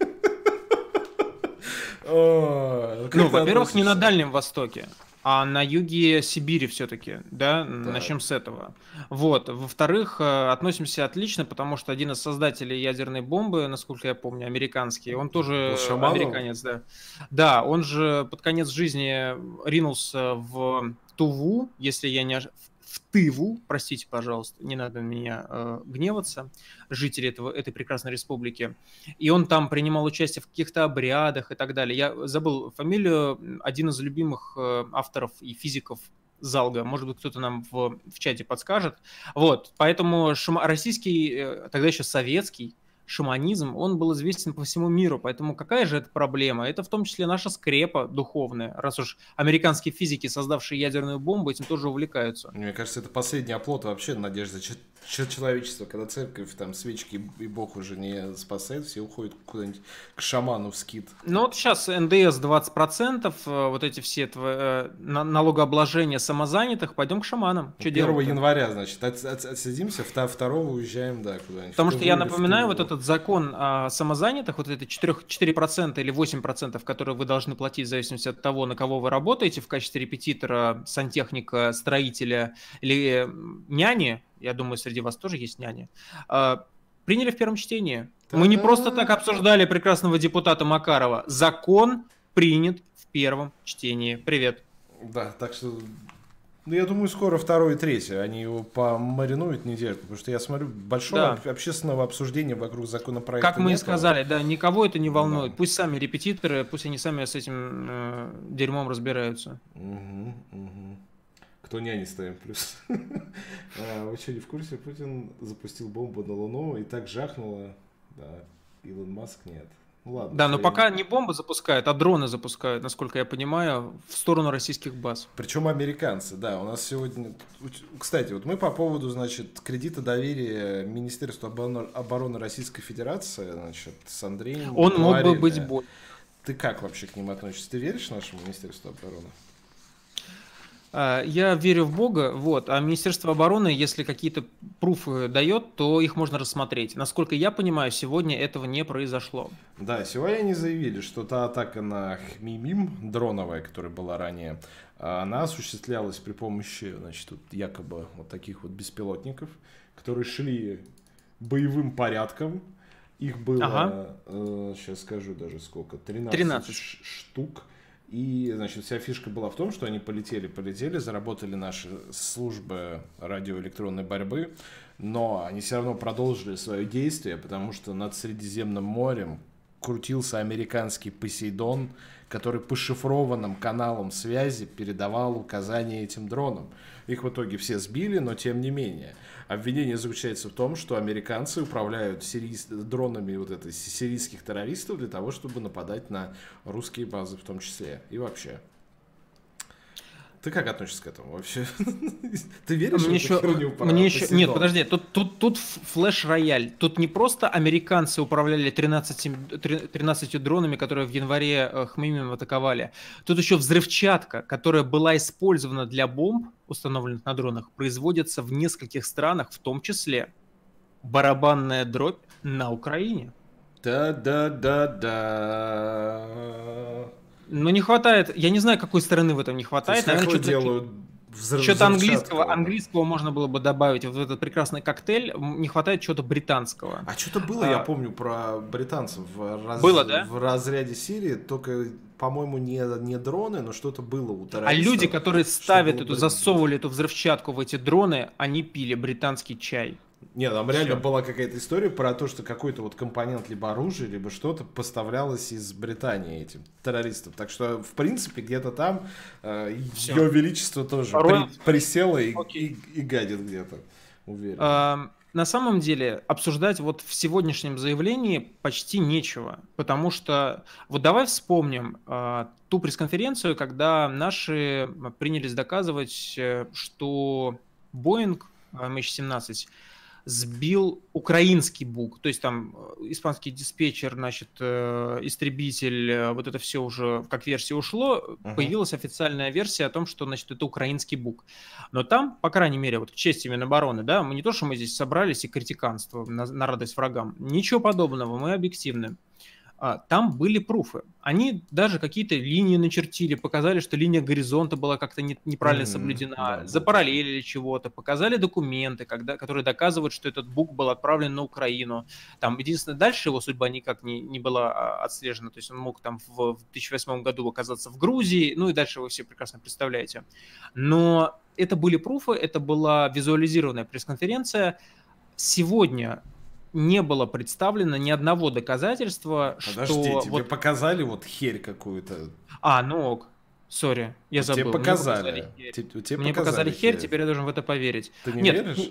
B: Ну, во-первых, не на Дальнем Востоке, а на юге Сибири все-таки, да, начнем с этого. Вот, во-вторых, относимся отлично, потому что один из создателей ядерной бомбы, насколько я помню, американский, он тоже американец, да. Да, он же под конец жизни ринулся в Туву, если я не ошибаюсь, в Тыву, простите, пожалуйста, не надо на меня гневаться, жители этой прекрасной республики. И он там принимал участие в каких-то обрядах и так далее. Я забыл фамилию, один из любимых авторов и физиков Залга. Может быть, кто-то нам в чате подскажет. Вот, поэтому российский, тогда еще советский, шаманизм, он был известен по всему миру, поэтому какая же это проблема? Это в том числе наша скрепа духовная, раз уж американские физики, создавшие ядерную бомбу, этим тоже увлекаются.
A: Мне кажется, это последний оплот вообще надежды человечества, когда церковь, там, свечки и Бог уже не спасает, все уходят куда-нибудь к шаману в скит.
B: Ну вот сейчас НДС 20%, вот эти все налогообложения самозанятых, пойдем к шаманам. Что
A: 1
B: делать-то?
A: января, значит, отсидимся, 2-го уезжаем, да, куда-нибудь.
B: Потому что я напоминаю, вот этот закон о самозанятых, вот эти 4% или 8%, которые вы должны платить в зависимости от того, на кого вы работаете в качестве репетитора, сантехника, строителя или няни, я думаю, среди вас тоже есть няни, приняли в первом чтении. Мы не просто так обсуждали прекрасного депутата Макарова. Закон принят в первом чтении. Привет.
A: Да, так что... Ну, я думаю, скоро 2 и 3 они его помаринуют недельку, потому что я смотрю, большого общественного обсуждения вокруг законопроекта.
B: Как мы и сказали, да, никого это не волнует. Да. Пусть сами репетиторы, пусть они сами с этим дерьмом разбираются.
A: Кто няни ставим плюс. Вы что, не в курсе? Путин запустил бомбу на Луну и так жахнуло. Да, Илон Маск нет. Ну, ладно,
B: да, но пока не бомбы запускают, а дроны запускают, насколько я понимаю, в сторону российских баз.
A: Причем американцы, да. У нас сегодня... Кстати, вот мы по поводу, значит, кредита доверия Министерству обороны Российской Федерации, значит, с Андреем
B: Он мог бы быть больше.
A: Ты как вообще к ним относишься? Ты веришь нашему Министерству обороны?
B: Я верю в Бога, вот, а Министерство обороны, если какие-то пруфы дает, то их можно рассмотреть. Насколько я понимаю, сегодня этого не произошло.
A: Да, сегодня они заявили, что та атака на Хмимим, дроновая, которая была ранее, она осуществлялась при помощи, значит, вот якобы вот таких вот беспилотников, которые шли боевым порядком. Их было, сейчас скажу даже сколько, 13 штук. И, значит, вся фишка была в том, что они полетели, заработали наши службы радиоэлектронной борьбы, но они все равно продолжили свое действие, потому что над Средиземным морем крутился американский Посейдон, который по шифрованным каналам связи передавал указания этим дронам. Их в итоге все сбили, но тем не менее. Обвинение заключается в том, что американцы управляют дронами вот этой сирийских террористов для того, чтобы нападать на русские базы в том числе. И вообще. Ты как относишься к этому вообще? Ты веришь в эту херню про Посейдон?
B: Нет, подожди, тут флеш-рояль. Тут не просто американцы управляли 13 дронами, которые в январе Хмимим атаковали. Тут еще взрывчатка, которая была использована для бомб, установленных на дронах, производится в нескольких странах, в том числе барабанная дробь на Украине.
A: Да-да-да-да.
B: Но не хватает, я не знаю, какой стороны в этом не хватает. Наверное, что-то английского можно было бы добавить вот в этот прекрасный коктейль. Не хватает чего-то британского.
A: А что-то было, я помню, про британцев
B: было, да?
A: В разряде Сирии, только, по-моему, не дроны, но что-то было у террористов.
B: А люди, которые засовывали эту взрывчатку в эти дроны, они пили британский чай.
A: Нет, там реально была какая-то история про то, что какой-то вот компонент либо оружия, либо что-то поставлялось из Британии этим террористам. Так что, в принципе, где-то там ее величество тоже присело и гадит где-то, уверен.
B: На самом деле, обсуждать вот в сегодняшнем заявлении почти нечего, потому что вот давай вспомним ту пресс-конференцию, когда наши принялись доказывать, что Boeing MH17 сбил украинский бук, то есть там испанский диспетчер, значит, истребитель, вот это все уже как версия ушло, появилась официальная версия о том, что, значит, это украинский бук. Но там, по крайней мере, вот к чести Минобороны, да, мы не то, что мы здесь собрались и критиканство на радость врагам, ничего подобного, мы объективны. Там были пруфы. Они даже какие-то линии начертили, показали, что линия горизонта была как-то неправильно соблюдена, запараллелили чего-то, показали документы, которые доказывают, что этот бук был отправлен на Украину. Там, единственное, дальше его судьба никак не была отслежена, то есть он мог там в 2008 году оказаться в Грузии, ну и дальше вы все прекрасно представляете. Но это были пруфы, это была визуализированная пресс-конференция. Сегодня не было представлено ни одного доказательства,
A: Подожди,
B: что...
A: тебе показали вот херь какую-то.
B: Ну ок. Сори, я забыл.
A: Тебе показали.
B: Мне показали херь, теперь я должен в это поверить.
A: Ты не веришь?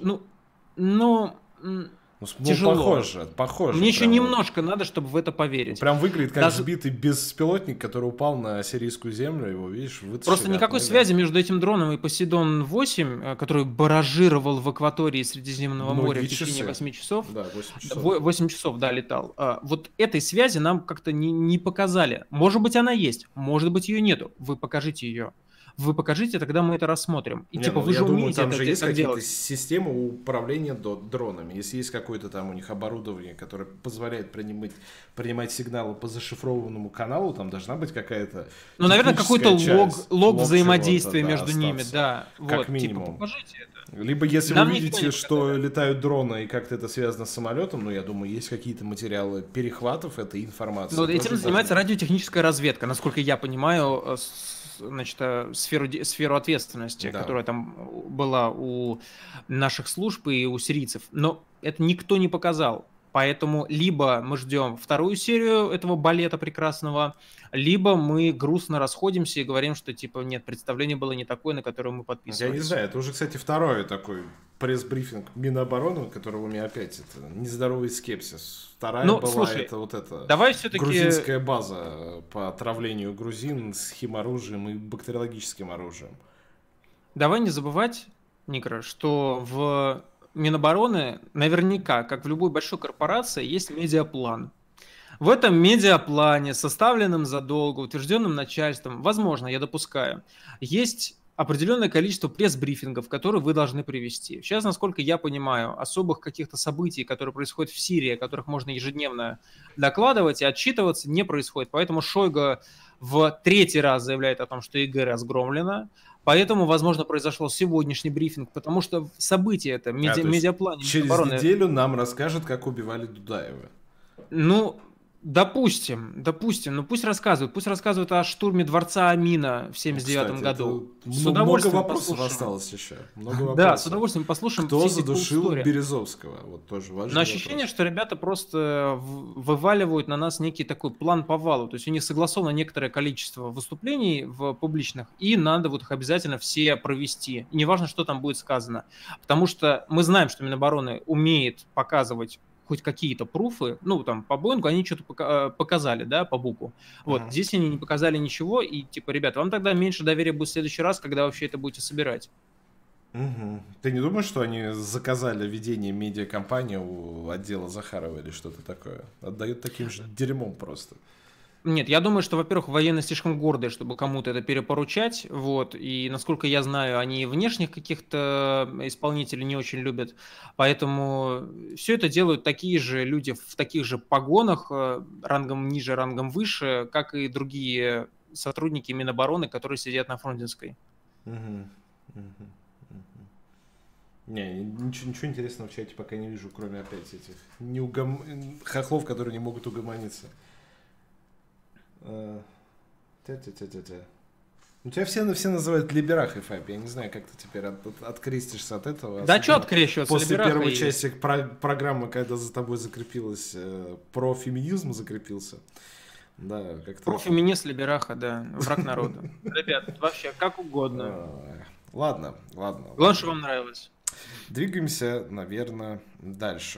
B: Тяжело.
A: Похоже.
B: Мне еще немножко надо, чтобы в это поверить.
A: Прям выглядит как сбитый беспилотник, который упал на сирийскую землю, его, видишь, вытащили.
B: Просто никакой связи между этим дроном и Посейдон-8, который баражировал в акватории Средиземного моря в течение 8 часов.
A: Да, 8 часов.
B: 8 часов, да, летал. Вот этой связи нам как-то не показали. Может быть, она есть, может быть, ее нету. Вы покажите ее. Вы покажите, тогда мы это рассмотрим. И вы же умеете
A: там
B: это
A: же есть какие-то
B: делать.
A: системы управления дронами. Если есть какое-то там у них оборудование, которое позволяет принимать сигналы по зашифрованному каналу, там должна быть какая-то...
B: Ну, наверное, какой-то лог взаимодействия между ними, да.
A: Как минимум.
B: Покажите это.
A: Либо если вы видите, что летают дроны и как-то это связано с самолетом, я думаю, есть какие-то материалы перехватов этой информации.
B: Но этим занимается радиотехническая разведка, насколько я понимаю, значит, сферу ответственности, которая там была у наших служб и у сирийцев. Но это никто не показал. Поэтому либо мы ждем вторую серию этого балета прекрасного, либо мы грустно расходимся и говорим, что типа нет, представление было не такое, на которое мы подписывались.
A: Я не знаю, это уже, кстати, второй такой пресс-брифинг Минобороны, у которого у меня опять это нездоровый скепсис. Вторая была,
B: слушай,
A: это вот это
B: давай все-таки...
A: грузинская база по отравлению грузин с химоружием и бактериологическим оружием.
B: Давай не забывать, Никра, что в Минобороны наверняка, как в любой большой корпорации, есть медиаплан. В этом медиаплане, составленном задолго, утвержденным начальством, возможно, я допускаю, есть определенное количество пресс-брифингов, которые вы должны привести. Сейчас, насколько я понимаю, особых каких-то событий, которые происходят в Сирии, о которых можно ежедневно докладывать и отчитываться, не происходит. Поэтому Шойгу в 3-й раз заявляет о том, что ЕГЭ разгромлено. Поэтому, возможно, произошел сегодняшний брифинг, потому что событие это, медиаплане
A: через
B: обороны.
A: неделю нам расскажут, как убивали Дудаева.
B: Ну, допустим, но пусть рассказывают о штурме дворца Амина в 79 году.
A: С удовольствием много вопросов осталось еще.
B: Да, с удовольствием послушаем.
A: Кто задушил Березовского? Вот тоже важно.
B: Но ощущение, что ребята просто вываливают на нас некий такой план повала. То есть у них согласовано некоторое количество выступлений в публичных, и надо вот их обязательно все провести. И неважно, что там будет сказано. Потому что мы знаем, что Минобороны умеет показывать хоть какие-то пруфы, ну, там, по Боингу они что-то показали, да, по Буку. Вот, здесь они не показали ничего, и, типа, ребята, вам тогда меньше доверия будет в следующий раз, когда вообще это будете собирать.
A: Ты не думаешь, что они заказали ведение медиакомпании у отдела Захарова или что-то такое? Отдают таким же дерьмом просто.
B: Нет, я думаю, что, во-первых, военные слишком гордые, чтобы кому-то это перепоручать, вот, и, насколько я знаю, они внешних каких-то исполнителей не очень любят, поэтому все это делают такие же люди в таких же погонах, рангом ниже, рангом выше, как и другие сотрудники Минобороны, которые сидят на Фрунзенской.
A: Не, ничего интересного в чате пока не вижу, кроме опять этих хохлов, которые не могут угомониться. У тебя все называют либерахой, Фаб. Я не знаю, как ты теперь открестишься от этого.
B: Да что открещиваться?
A: После первой части программы, когда за тобой закрепилось, про феминизм закрепился. Да, как-то...
B: Профеминист, либераха, да, враг народа. Ребят, вообще как угодно.
A: Ладно.
B: Главное, что вам нравилось.
A: Двигаемся, наверное, дальше.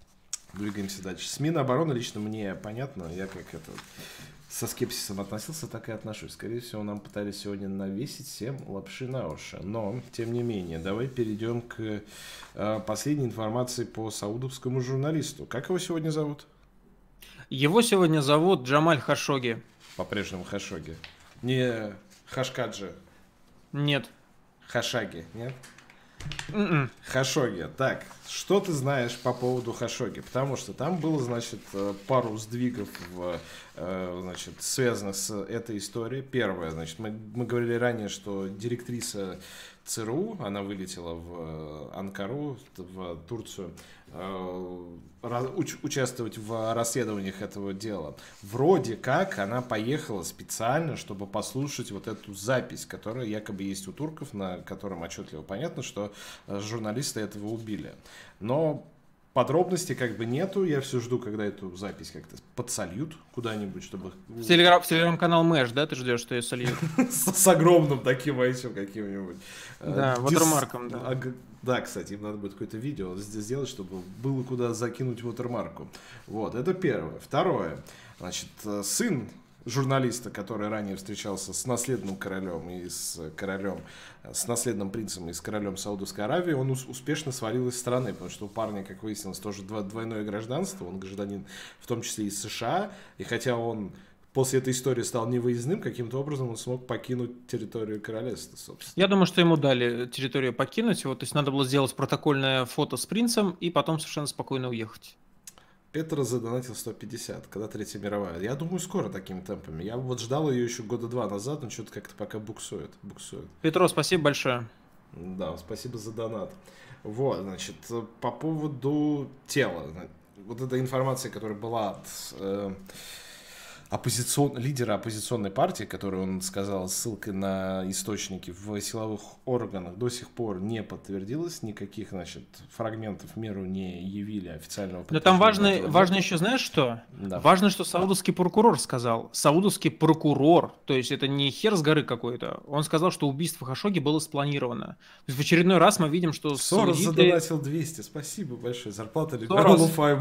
A: С Минобороны лично мне понятно, я как это... Со скепсисом относился, так и отношусь. Скорее всего, нам пытались сегодня навесить всем лапши на уши. Но, тем не менее, давай перейдем к последней информации по саудовскому журналисту. Как его сегодня зовут?
B: Его сегодня зовут Джамаль Хашогги.
A: По-прежнему Хашогги. Не Хашкаджи.
B: Нет.
A: Хашаги, нет? Хашогги. Так, что ты знаешь по поводу Хашогги? Потому что там было, значит, пару сдвигов, значит, связанных с этой историей. Первое, значит, мы говорили ранее, что директриса ЦРУ, она вылетела в Анкару, в Турцию, участвовать в расследованиях этого дела. Вроде как она поехала специально, чтобы послушать вот эту запись, которая якобы есть у турков, на котором отчетливо понятно, что журналисты этого убили. Но подробностей как бы нету. Я все жду, когда эту запись как-то подсольют куда-нибудь, чтобы...
B: В телеграм-канал Мэш, да, ты ждешь, что ее сольют?
A: С огромным таким этим каким-нибудь.
B: Да, watermark'ом, да.
A: Да, кстати, им надо будет какое-то видео сделать, чтобы было куда закинуть watermark'у. Вот, это первое. Второе. Значит, сын журналиста, который ранее встречался с наследным королем и с наследным принцем и с королем Саудовской Аравии, он успешно свалил из страны, потому что у парня, как выяснилось, тоже двойное гражданство, он гражданин в том числе из США, и хотя он после этой истории стал невыездным, каким-то образом он смог покинуть территорию королевства, собственно.
B: Я думаю, что ему дали территорию покинуть, вот, то есть надо было сделать протокольное фото с принцем и потом совершенно спокойно уехать.
A: Петр задонатил 150, когда Третья мировая. Я думаю, скоро такими темпами. Я вот ждал ее еще года 2 назад, но что-то как-то пока буксует.
B: Петро, спасибо большое.
A: Да, спасибо за донат. Вот, значит, по поводу тела. Вот эта информация, которая была от лидера оппозиционной партии, который он сказал ссылкой на источники в силовых органах, до сих пор не подтвердилась, никаких, значит, фрагментов миру не явили официального
B: подтверждения. Но там важно еще, знаешь что? Да. Важно, что саудовский прокурор сказал. Саудовский прокурор, то есть это не хер с горы какой-то, он сказал, что убийство Хашогги было спланировано. То есть в очередной раз мы видим, что
A: Сорос задонатил 200, спасибо большое, зарплата либералу Файбу.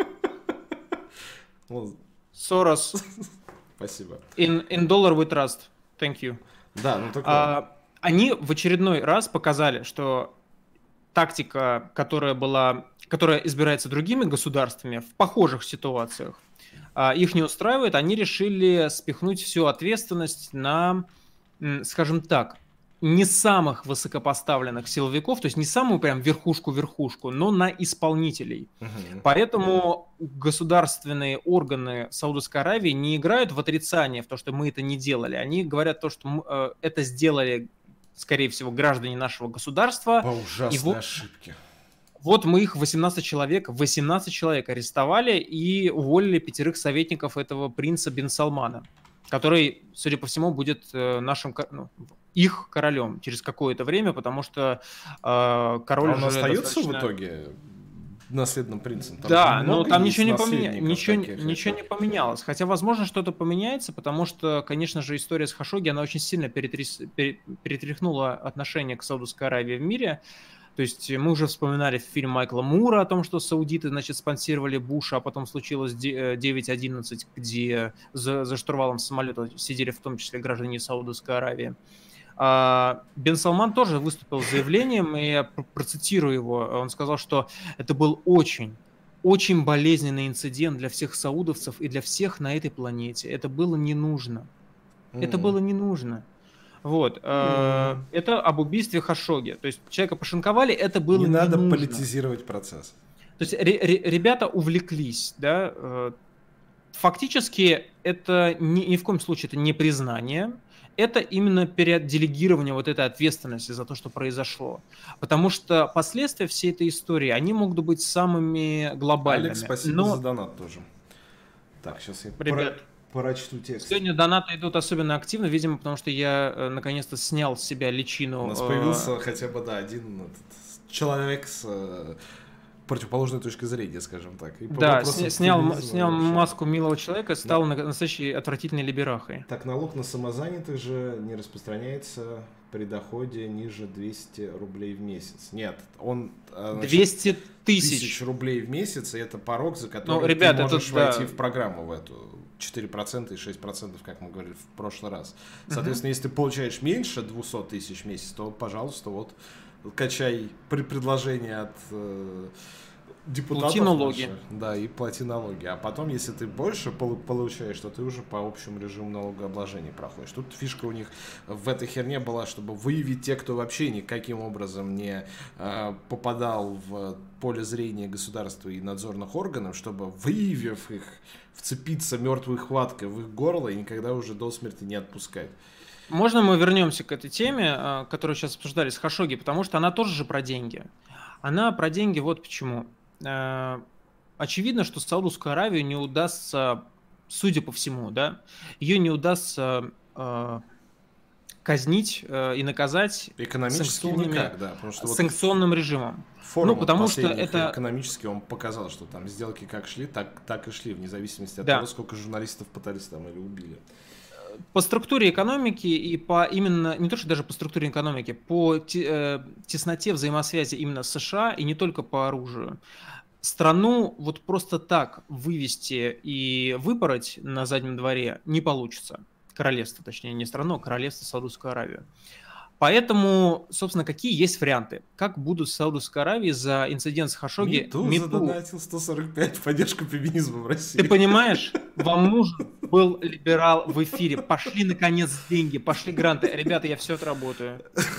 B: Сорос.
A: Спасибо.
B: In dollar we trust. Thank you.
A: Да, ну такое.
B: Они в очередной раз показали, что тактика, которая избирается другими государствами в похожих ситуациях, их не устраивает. Они решили спихнуть всю ответственность на, скажем так, не самых высокопоставленных силовиков, то есть не самую прям верхушку-верхушку, но на исполнителей. Поэтому государственные органы Саудовской Аравии не играют в отрицание в то, что мы это не делали. Они говорят то, что мы, это сделали, скорее всего, граждане нашего государства.
A: По ужасной ошибке.
B: Вот мы их 18 человек арестовали и уволили 5 советников этого принца бен Салмана, который, судя по всему, будет нашим, их королем через какое-то время, потому что король
A: он
B: же
A: остается
B: достаточно...
A: в итоге наследным принцем? Там
B: да, но там ничего не
A: поменялось.
B: Хотя, возможно, что-то поменяется, потому что, конечно же, история с Хашогги, она очень сильно перетряхнула отношение к Саудовской Аравии в мире. То есть мы уже вспоминали фильм Майкла Мура о том, что саудиты, значит, спонсировали Буша, а потом случилось 9.11, где за штурвалом самолета сидели в том числе граждане Саудовской Аравии. Бен Салман тоже выступил с заявлением, и я процитирую его. Он сказал, что это был очень болезненный инцидент для всех саудовцев и для всех на этой планете. Это было не нужно. Это было не нужно. Вот. Это об убийстве Хашогги. То есть человека пошинковали, это было не
A: надо
B: нужно.
A: политизировать процесс.
B: То есть ребята увлеклись, да. Фактически это ни в коем случае это не признание, это именно переделегирование вот этой ответственности за то, что произошло. Потому что последствия всей этой истории, они могут быть самыми глобальными.
A: Алекс, спасибо за донат тоже. Так, сейчас я прочту текст.
B: Сегодня донаты идут особенно активно, видимо, потому что я наконец-то снял с себя личину.
A: У нас появился хотя бы, один человек с противоположной точкой зрения, скажем так. И
B: да, снял маску милого человека, стал настоящей отвратительной либерахой.
A: Так, налог на самозанятых же не распространяется при доходе ниже 200 рублей в месяц. Нет, он...
B: 200 тысяч
A: рублей в месяц, и это порог, за который ты можешь войти в программу в эту. 4% и 6%, как мы говорили в прошлый раз. Соответственно, если ты получаешь меньше 200 тысяч в месяц, то, пожалуйста, вот качай предложение от депутатов.
B: Плати налоги.
A: Да, и плати налоги. А потом, если ты больше получаешь, то ты уже по общему режиму налогообложения проходишь. Тут фишка у них в этой херне была, чтобы выявить тех, кто вообще никаким образом не попадал в поле зрения государства и надзорных органов, чтобы, выявив их, вцепиться мертвой хваткой в их горло и никогда уже до смерти не отпускать.
B: Можно мы вернемся к этой теме, которую сейчас обсуждали с Хашогги, потому что она тоже же про деньги. Она про деньги вот почему. Очевидно, что Саудовскую Аравию не удастся, судя по всему, да, ее не удастся казнить и наказать
A: экономически никак, да, потому что
B: санкционным режимом.
A: Форум потому что это экономически он показал, что там сделки как шли, так и шли, вне зависимости от того, сколько журналистов пытались там или убили.
B: По структуре экономики и по именно, не то что даже по структуре экономики, по тесноте взаимосвязи именно с США и не только по оружию, страну вот просто так вывести и выпороть на заднем дворе не получится. Королевство, точнее, не страну, а королевство Саудовскую Аравию. Поэтому, собственно, какие есть варианты? Как будут в Саудовской Аравии за инцидент с Хашогги...
A: МИТУ задонатил 145 в поддержку феминизма в России.
B: Ты понимаешь, вам нужен был либерал в эфире. Пошли, наконец, деньги, пошли гранты. Ребята, я все отработаю.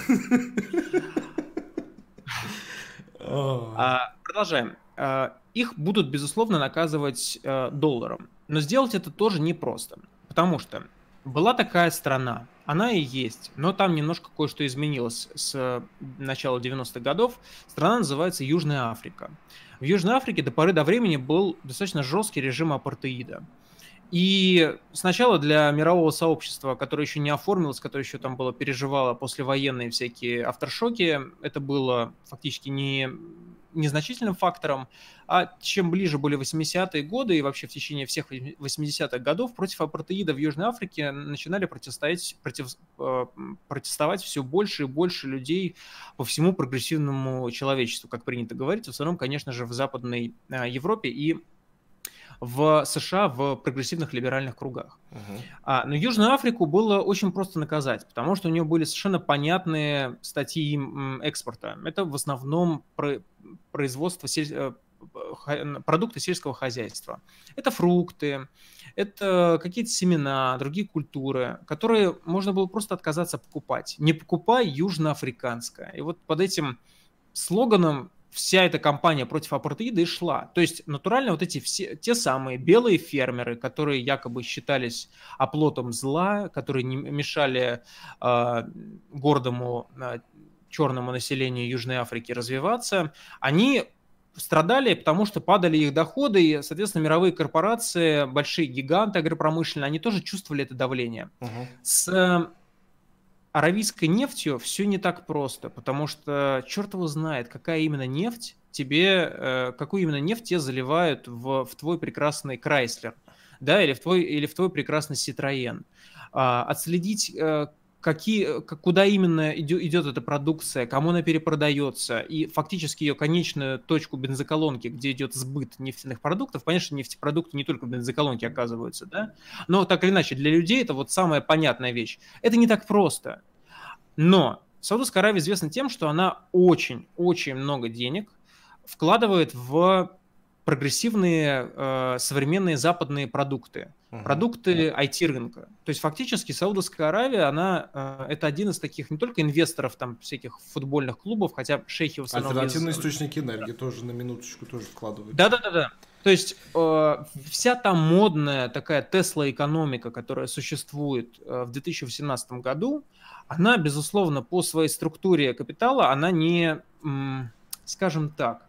B: Продолжаем. Их будут, безусловно, наказывать долларом. Но сделать это тоже непросто. Потому что была такая страна, она и есть, но там немножко кое-что изменилось с начала 90-х годов. Страна называется Южная Африка. В Южной Африке до поры до времени был достаточно жесткий режим апартеида. И сначала для мирового сообщества, которое еще не оформилось, которое еще там было, переживало послевоенные всякие авторшоки, это было фактически незначительным фактором, а чем ближе были 80-е годы и вообще в течение всех 80-х годов против апартеида в Южной Африке начинали протестовать все больше и больше людей по всему прогрессивному человечеству, как принято говорить, в основном, конечно же, в Западной Европе и в США в прогрессивных либеральных кругах. Но Южную Африку было очень просто наказать, потому что у нее были совершенно понятные статьи экспорта. Это в основном производство продукты сельского хозяйства. Это фрукты, это какие-то семена, другие культуры, которые можно было просто отказаться покупать. Не покупай южноафриканское. И вот под этим слоганом вся эта кампания против апартеида и шла. То есть натурально вот эти все, те самые белые фермеры, которые якобы считались оплотом зла, которые не мешали гордому черному населению Южной Африки развиваться, они страдали, потому что падали их доходы, и, соответственно, мировые корпорации, большие гиганты агропромышленные, они тоже чувствовали это давление. С аравийской нефтью все не так просто, потому что черт его знает, какая именно нефть какую именно нефть тебе заливают в твой прекрасный Крайслер, да, или в твой прекрасный Citroën. Отследить, куда именно идет эта продукция, кому она перепродается, и фактически ее конечную точку бензоколонки, где идет сбыт нефтяных продуктов. Понятно, что нефтепродукты не только в бензоколонке оказываются, да, но так или иначе для людей это вот самая понятная вещь. Это не так просто. Но Саудовская Аравия известна тем, что она очень-очень много денег вкладывает в прогрессивные современные западные продукты, продукты IT-рынка. То есть фактически Саудовская Аравия, это один из таких не только инвесторов там всяких футбольных клубов, хотя шейхи в основном...
A: Альтернативные источники энергии тоже на минуточку тоже вкладывают.
B: Да-да-да. То есть вся та модная такая Тесла-экономика, которая существует в 2018 году, она, безусловно, по своей структуре капитала, она не, скажем так,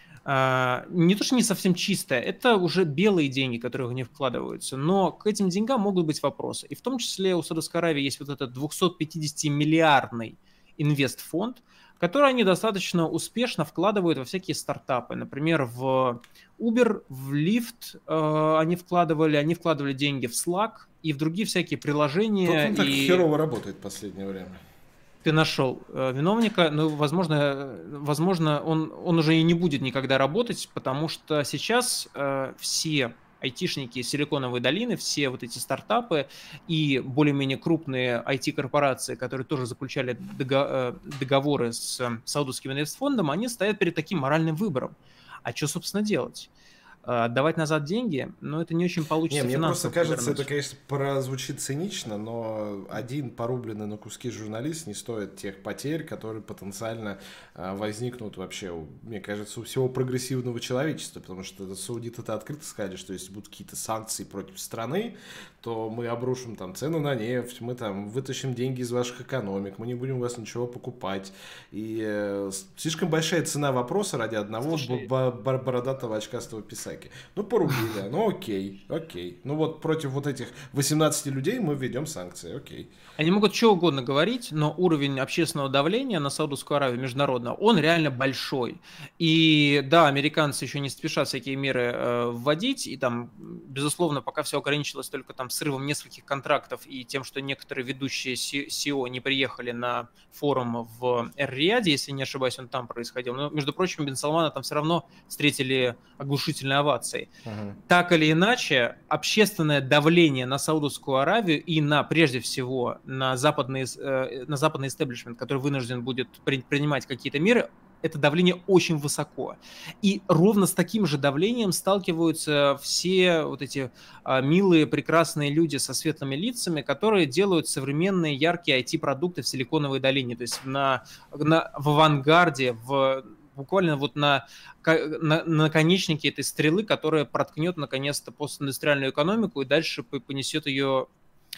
B: не то, что не совсем чистая, это уже белые деньги, которые в них вкладываются, но к этим деньгам могут быть вопросы. И в том числе у Саудовской Аравии есть вот этот 250-миллиардный инвестфонд, который они достаточно успешно вкладывают во всякие стартапы. Например, в Uber, в Lyft они вкладывали деньги в Slack и в другие всякие приложения.
A: Тут он так херово работает в последнее время.
B: Ты нашел виновника, но, возможно, он уже и не будет никогда работать, потому что сейчас все айтишники Силиконовой долины, все вот эти стартапы и более-менее крупные IT-корпорации, которые тоже заключали договоры с Саудовским инвестфондом, они стоят перед таким моральным выбором. А что, собственно, делать? Отдавать назад деньги, но это не очень получится
A: финансово. Мне просто кажется,
B: вернуть.
A: это, конечно, прозвучит цинично, но один порубленный на куски журналист не стоит тех потерь, которые потенциально возникнут вообще, мне кажется, у всего прогрессивного человечества, потому что саудиты это открыто сказали, что если будут какие-то санкции против страны, то мы обрушим там цену на нефть, мы там вытащим деньги из ваших экономик, мы не будем у вас ничего покупать. И слишком большая цена вопроса ради одного бородатого очкастого писаки. Ну, порубили, ну окей. Ну вот против вот этих 18 людей мы введем санкции, окей.
B: Они могут что угодно говорить, но уровень общественного давления на Саудовскую Аравию международного, он реально большой. И да, американцы еще не спешат всякие меры вводить, и там, безусловно, пока все ограничилось только там срывом нескольких контрактов и тем, что некоторые ведущие CEO не приехали на форум в Эр-Рияде, если не ошибаюсь, он там происходил. Но, между прочим, Бен Салмана там все равно встретили оглушительные овации. Так или иначе, общественное давление на Саудовскую Аравию и прежде всего на западный истеблишмент, который вынужден будет принимать какие-то меры, это давление очень высоко. И ровно с таким же давлением сталкиваются все вот эти милые, прекрасные люди со светлыми лицами, которые делают современные, яркие IT-продукты в Силиконовой долине. То есть в авангарде, буквально вот на наконечнике этой стрелы, которая проткнет наконец-то постиндустриальную экономику и дальше понесет ее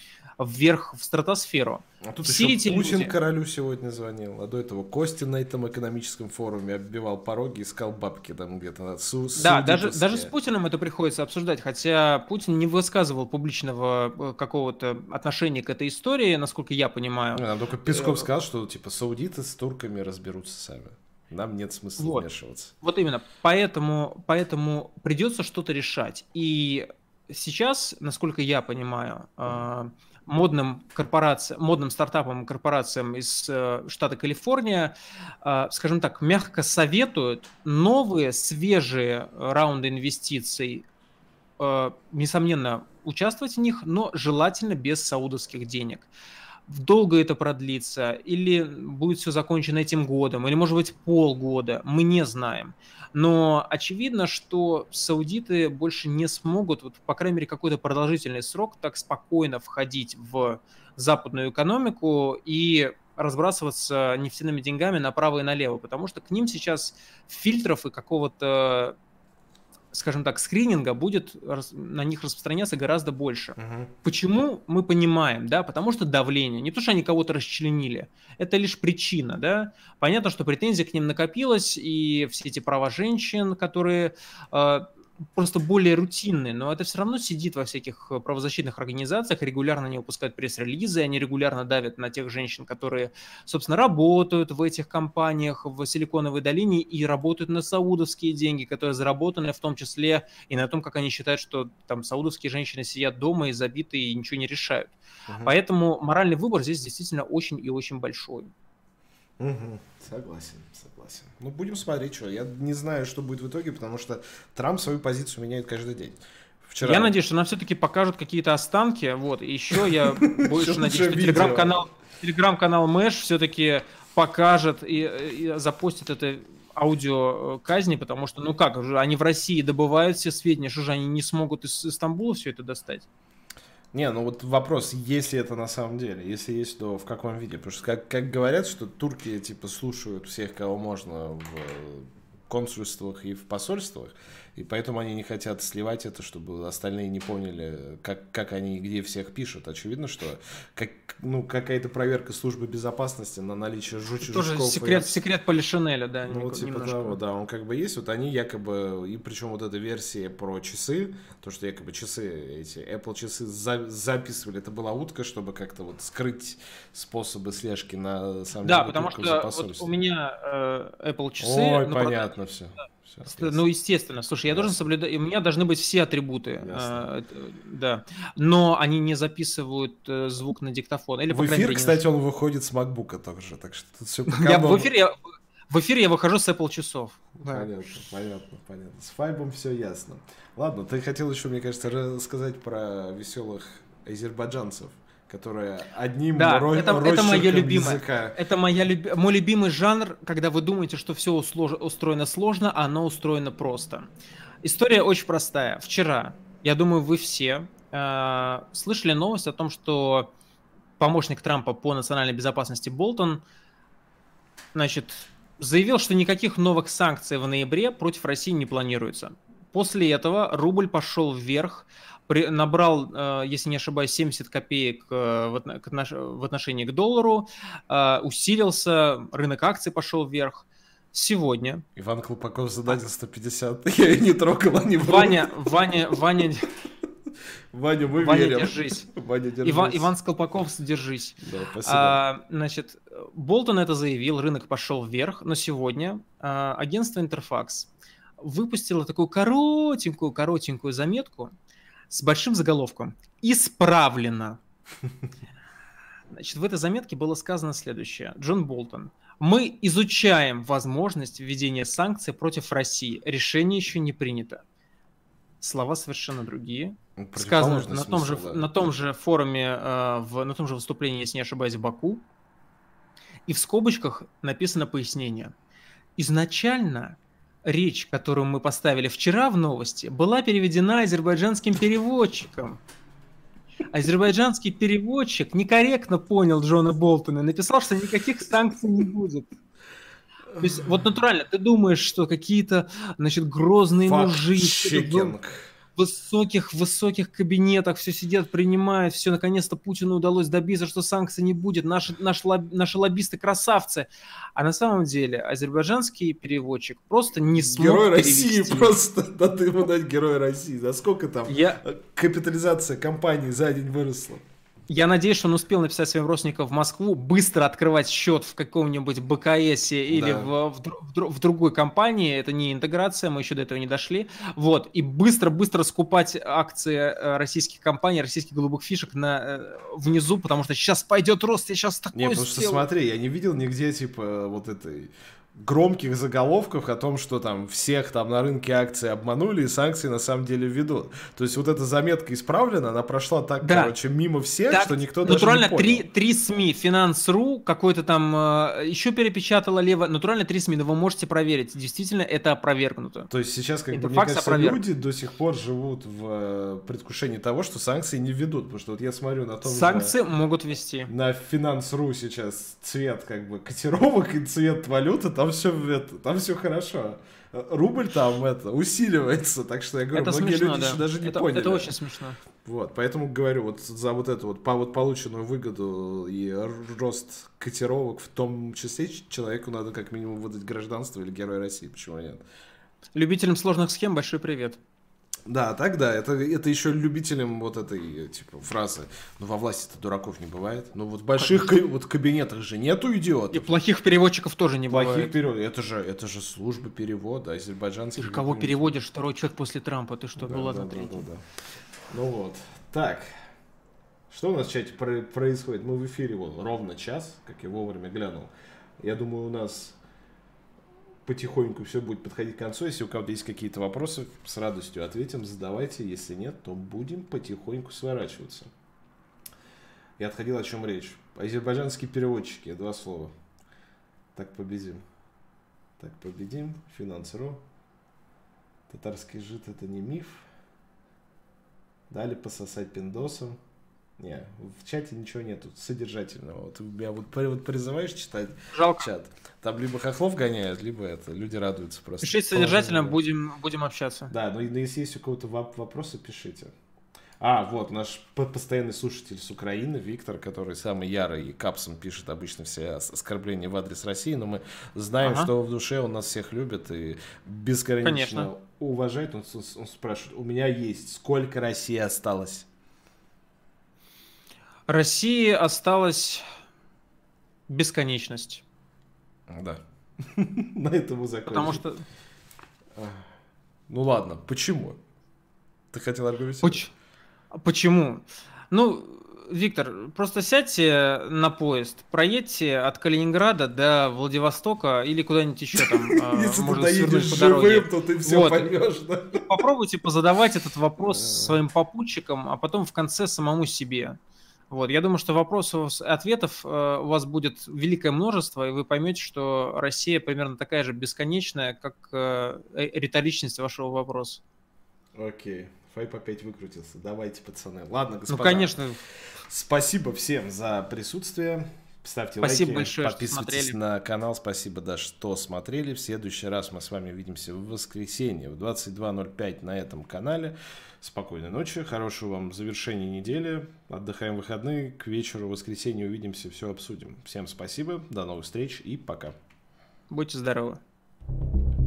B: вверх в стратосферу.
A: А тут все еще Путин королю сегодня звонил, а до этого Костя на этом экономическом форуме оббивал пороги, искал бабки там где-то.
B: Да, даже с Путиным это приходится обсуждать, хотя Путин не высказывал публичного какого-то отношения к этой истории, насколько я понимаю.
A: Только Песков сказал, что типа саудиты с турками разберутся сами. Нам нет смысла вмешиваться.
B: Вот именно. Поэтому придется что-то решать. И сейчас, насколько я понимаю, модным стартапам и корпорациям из штата Калифорния, скажем так, мягко советуют новые, свежие раунды инвестиций, несомненно, участвовать в них, но желательно без саудовских денег. долго это продлится, или будет все закончено этим годом, или, может быть, полгода, мы не знаем. Но очевидно, что саудиты больше не смогут, вот, по крайней мере, какой-то продолжительный срок так спокойно входить в западную экономику и разбрасываться нефтяными деньгами направо и налево, потому что к ним сейчас фильтров и какого-то, скажем так, скрининга будет на них распространяться гораздо больше. Почему? Мы понимаем, да, потому что давление, не то, что они кого-то расчленили, это лишь причина, да. Понятно, что претензий к ним накопилось, и все эти права женщин, которые просто более рутинные, но это все равно сидит во всяких правозащитных организациях, регулярно не выпускают пресс-релизы, они регулярно давят на тех женщин, которые, собственно, работают в этих компаниях в Силиконовой долине и работают на саудовские деньги, которые заработаны в том числе и на том, как они считают, что там саудовские женщины сидят дома и забиты и ничего не решают. Поэтому моральный выбор здесь действительно очень и очень большой.
A: Согласен. Ну, будем смотреть, что. Я не знаю, что будет в итоге, потому что Трамп свою позицию меняет каждый день. Вчера...
B: Я надеюсь, что нам все-таки покажут какие-то останки. Вот. И еще я больше надеюсь, что телеграм-канал Мэш все-таки покажет и запостит это аудио казни, потому что, ну как, они в России добывают все сведения, что же они не смогут из Стамбула все это достать?
A: Не, ну вот вопрос, если это на самом деле, если есть, то в каком виде? Потому что как говорят, что турки типа слушают всех, кого можно в консульствах и в посольствах, и поэтому они не хотят сливать это, чтобы остальные не поняли, как они и где всех пишут. Очевидно, что какая-то проверка службы безопасности на наличие жучков.
B: Тоже секрет Полишинеля, да.
A: Ну, типа того, да, он как бы есть. Вот они якобы, и причем вот эта версия про часы, то, что якобы часы, эти Apple часы записывали, это была утка, чтобы как-то вот скрыть способы слежки на самом деле.
B: Да, потому что вот у меня Apple часы...
A: Ой, понятно все.
B: Ну, естественно. Слушай, я должен соблюдать... У меня должны быть все атрибуты. Да. Но они не записывают звук на диктофон. Или,
A: в эфир, кстати, он выходит с MacBook'а также. Так что тут все
B: в эфир я выхожу с Apple часов.
A: Понятно. С Файбом все ясно. Ладно, ты хотел еще, мне кажется, рассказать про веселых азербайджанцев, которые одним росчерком языка...
B: Это мой любимый жанр, когда вы думаете, что все устроено сложно, а оно устроено просто. История очень простая. Вчера, я думаю, вы все слышали новость о том, что помощник Трампа по национальной безопасности Болтон, значит, заявил, что никаких новых санкций в ноябре против России не планируется. После этого рубль пошел вверх, набрал, если не ошибаюсь, 70 копеек в отношении к доллару, усилился, рынок акций пошел вверх. Сегодня...
A: Иван Колпаков задатил 150, я не трогал, они
B: Ваня,
A: мы верим.
B: Держись.
A: Ваня, держись.
B: Иван Сколпаков, держись.
A: Да, спасибо.
B: Значит, Болтон это заявил, рынок пошел вверх, но сегодня агентство Интерфакс выпустило такую коротенькую заметку с большим заголовком «Исправлено». Значит, в этой заметке было сказано следующее. Джон Болтон. Мы изучаем возможность введения санкций против России. Решение еще не принято. Слова совершенно другие. Сказано на том же форуме, на том же выступлении, если не ошибаюсь, в Баку. И в скобочках написано пояснение. Изначально речь, которую мы поставили вчера в новости, была переведена азербайджанским переводчиком. Азербайджанский переводчик некорректно понял Джона Болтона и написал, что никаких санкций не будет. То есть, вот натурально, ты думаешь, что какие-то, значит, грозные мужики в высоких кабинетах все сидят, принимают, все, наконец-то Путину удалось добиться, что санкций не будет, наши лоббисты красавцы. А на самом деле азербайджанский переводчик просто не смог
A: Герой
B: перевести.
A: России просто, да ты ему дать Герой России. За сколько там капитализация компании за день выросла?
B: Я надеюсь, что он успел написать своим родственникам в Москву, быстро открывать счет в каком-нибудь БКС или в другой компании. Это не интеграция, мы еще до этого не дошли. Вот. И быстро скупать акции российских компаний, российских голубых фишек внизу, потому что сейчас пойдет рост, я сейчас такой
A: потому что смотри, я не видел нигде типа вот этой громких заголовков о том, что там всех там на рынке акций обманули и санкции на самом деле ведут. То есть вот эта заметка исправлена, она прошла так, короче, мимо всех, так, что никто даже не понял.
B: Три СМИ, Finance.ru, какой-то там еще перепечатала лево, натурально 3 СМИ, но вы можете проверить, действительно это опровергнуто.
A: То есть сейчас, как бы, мне кажется, люди до сих пор живут в предвкушении того, что санкции не введут, потому что вот я смотрю на том
B: санкции могут ввести.
A: На Finance.ru сейчас цвет как бы котировок и цвет валюты, там все хорошо. Рубль там усиливается, так что я говорю,
B: это
A: многие
B: смешно,
A: люди еще даже не поняли.
B: Это очень смешно.
A: Вот, поэтому говорю, вот за вот эту вот полученную выгоду и рост котировок, в том числе человеку надо как минимум выдать гражданство или Герой России, почему нет?
B: Любителям сложных схем большой привет.
A: Да, тогда это еще любителям вот этой типа фразы. Ну, во власти-то дураков не бывает. Ну, вот в больших вот кабинетах же нету идиотов.
B: И плохих переводчиков тоже не бывает.
A: Это же служба перевода азербайджанских.
B: Ты же кого переводишь? Второй человек после Трампа. Ты что?
A: Да,
B: ну ладно,
A: да,
B: третий.
A: Да. Ну вот. Так. Что у нас в чате происходит? Мы в эфире ровно час, как я вовремя глянул. Я думаю, у нас потихоньку все будет подходить к концу. Если у кого-то есть какие-то вопросы, с радостью ответим, задавайте. Если нет, то будем потихоньку сворачиваться. Я отходил, о чем речь. Азербайджанские переводчики, 2 слова. Так победим. Так победим. Finance.ru. Татарский жид — это не миф. Дали пососать пиндосом. Не, в чате ничего нету содержательного. Вот меня вот призываешь читать
B: жалко.
A: Чат. Там либо хохлов гоняют, либо это люди радуются просто.
B: Пишите содержательно, будем общаться.
A: Да, но если есть у кого-то вопросы, пишите. Вот наш постоянный слушатель с Украины, Виктор, который самый ярый и капсом пишет обычно все оскорбления в адрес России, но мы знаем, что в душе он нас всех любит и безгранично уважает. Он спрашивает, у меня есть, сколько России осталось?
B: России осталась бесконечность.
A: Да. На этом мы закончим.
B: Потому что...
A: Ну ладно, почему? Ты хотел аргументировать?
B: Почему? Ну, Виктор, просто сядьте на поезд, проедьте от Калининграда до Владивостока или куда-нибудь еще там.
A: Если ты доедешь живым, то ты все поймешь, да?
B: Попробуйте позадавать этот вопрос своим попутчикам, а потом в конце самому себе. Вот, я думаю, что вопросов, ответов у вас будет великое множество, и вы поймете, что Россия примерно такая же бесконечная, как риторичность вашего вопроса.
A: Окей. Файп опять выкрутился. Давайте, пацаны. Ладно, господа.
B: Ну, конечно.
A: Спасибо всем за присутствие. Ставьте
B: спасибо
A: лайки,
B: большое,
A: подписывайтесь на канал. Спасибо, да, что смотрели. В следующий раз мы с вами увидимся в воскресенье в 22:05 на этом канале. Спокойной ночи, хорошего вам завершения недели. Отдыхаем в выходные. К вечеру воскресенья увидимся, все обсудим. Всем спасибо, до новых встреч и пока.
B: Будьте здоровы.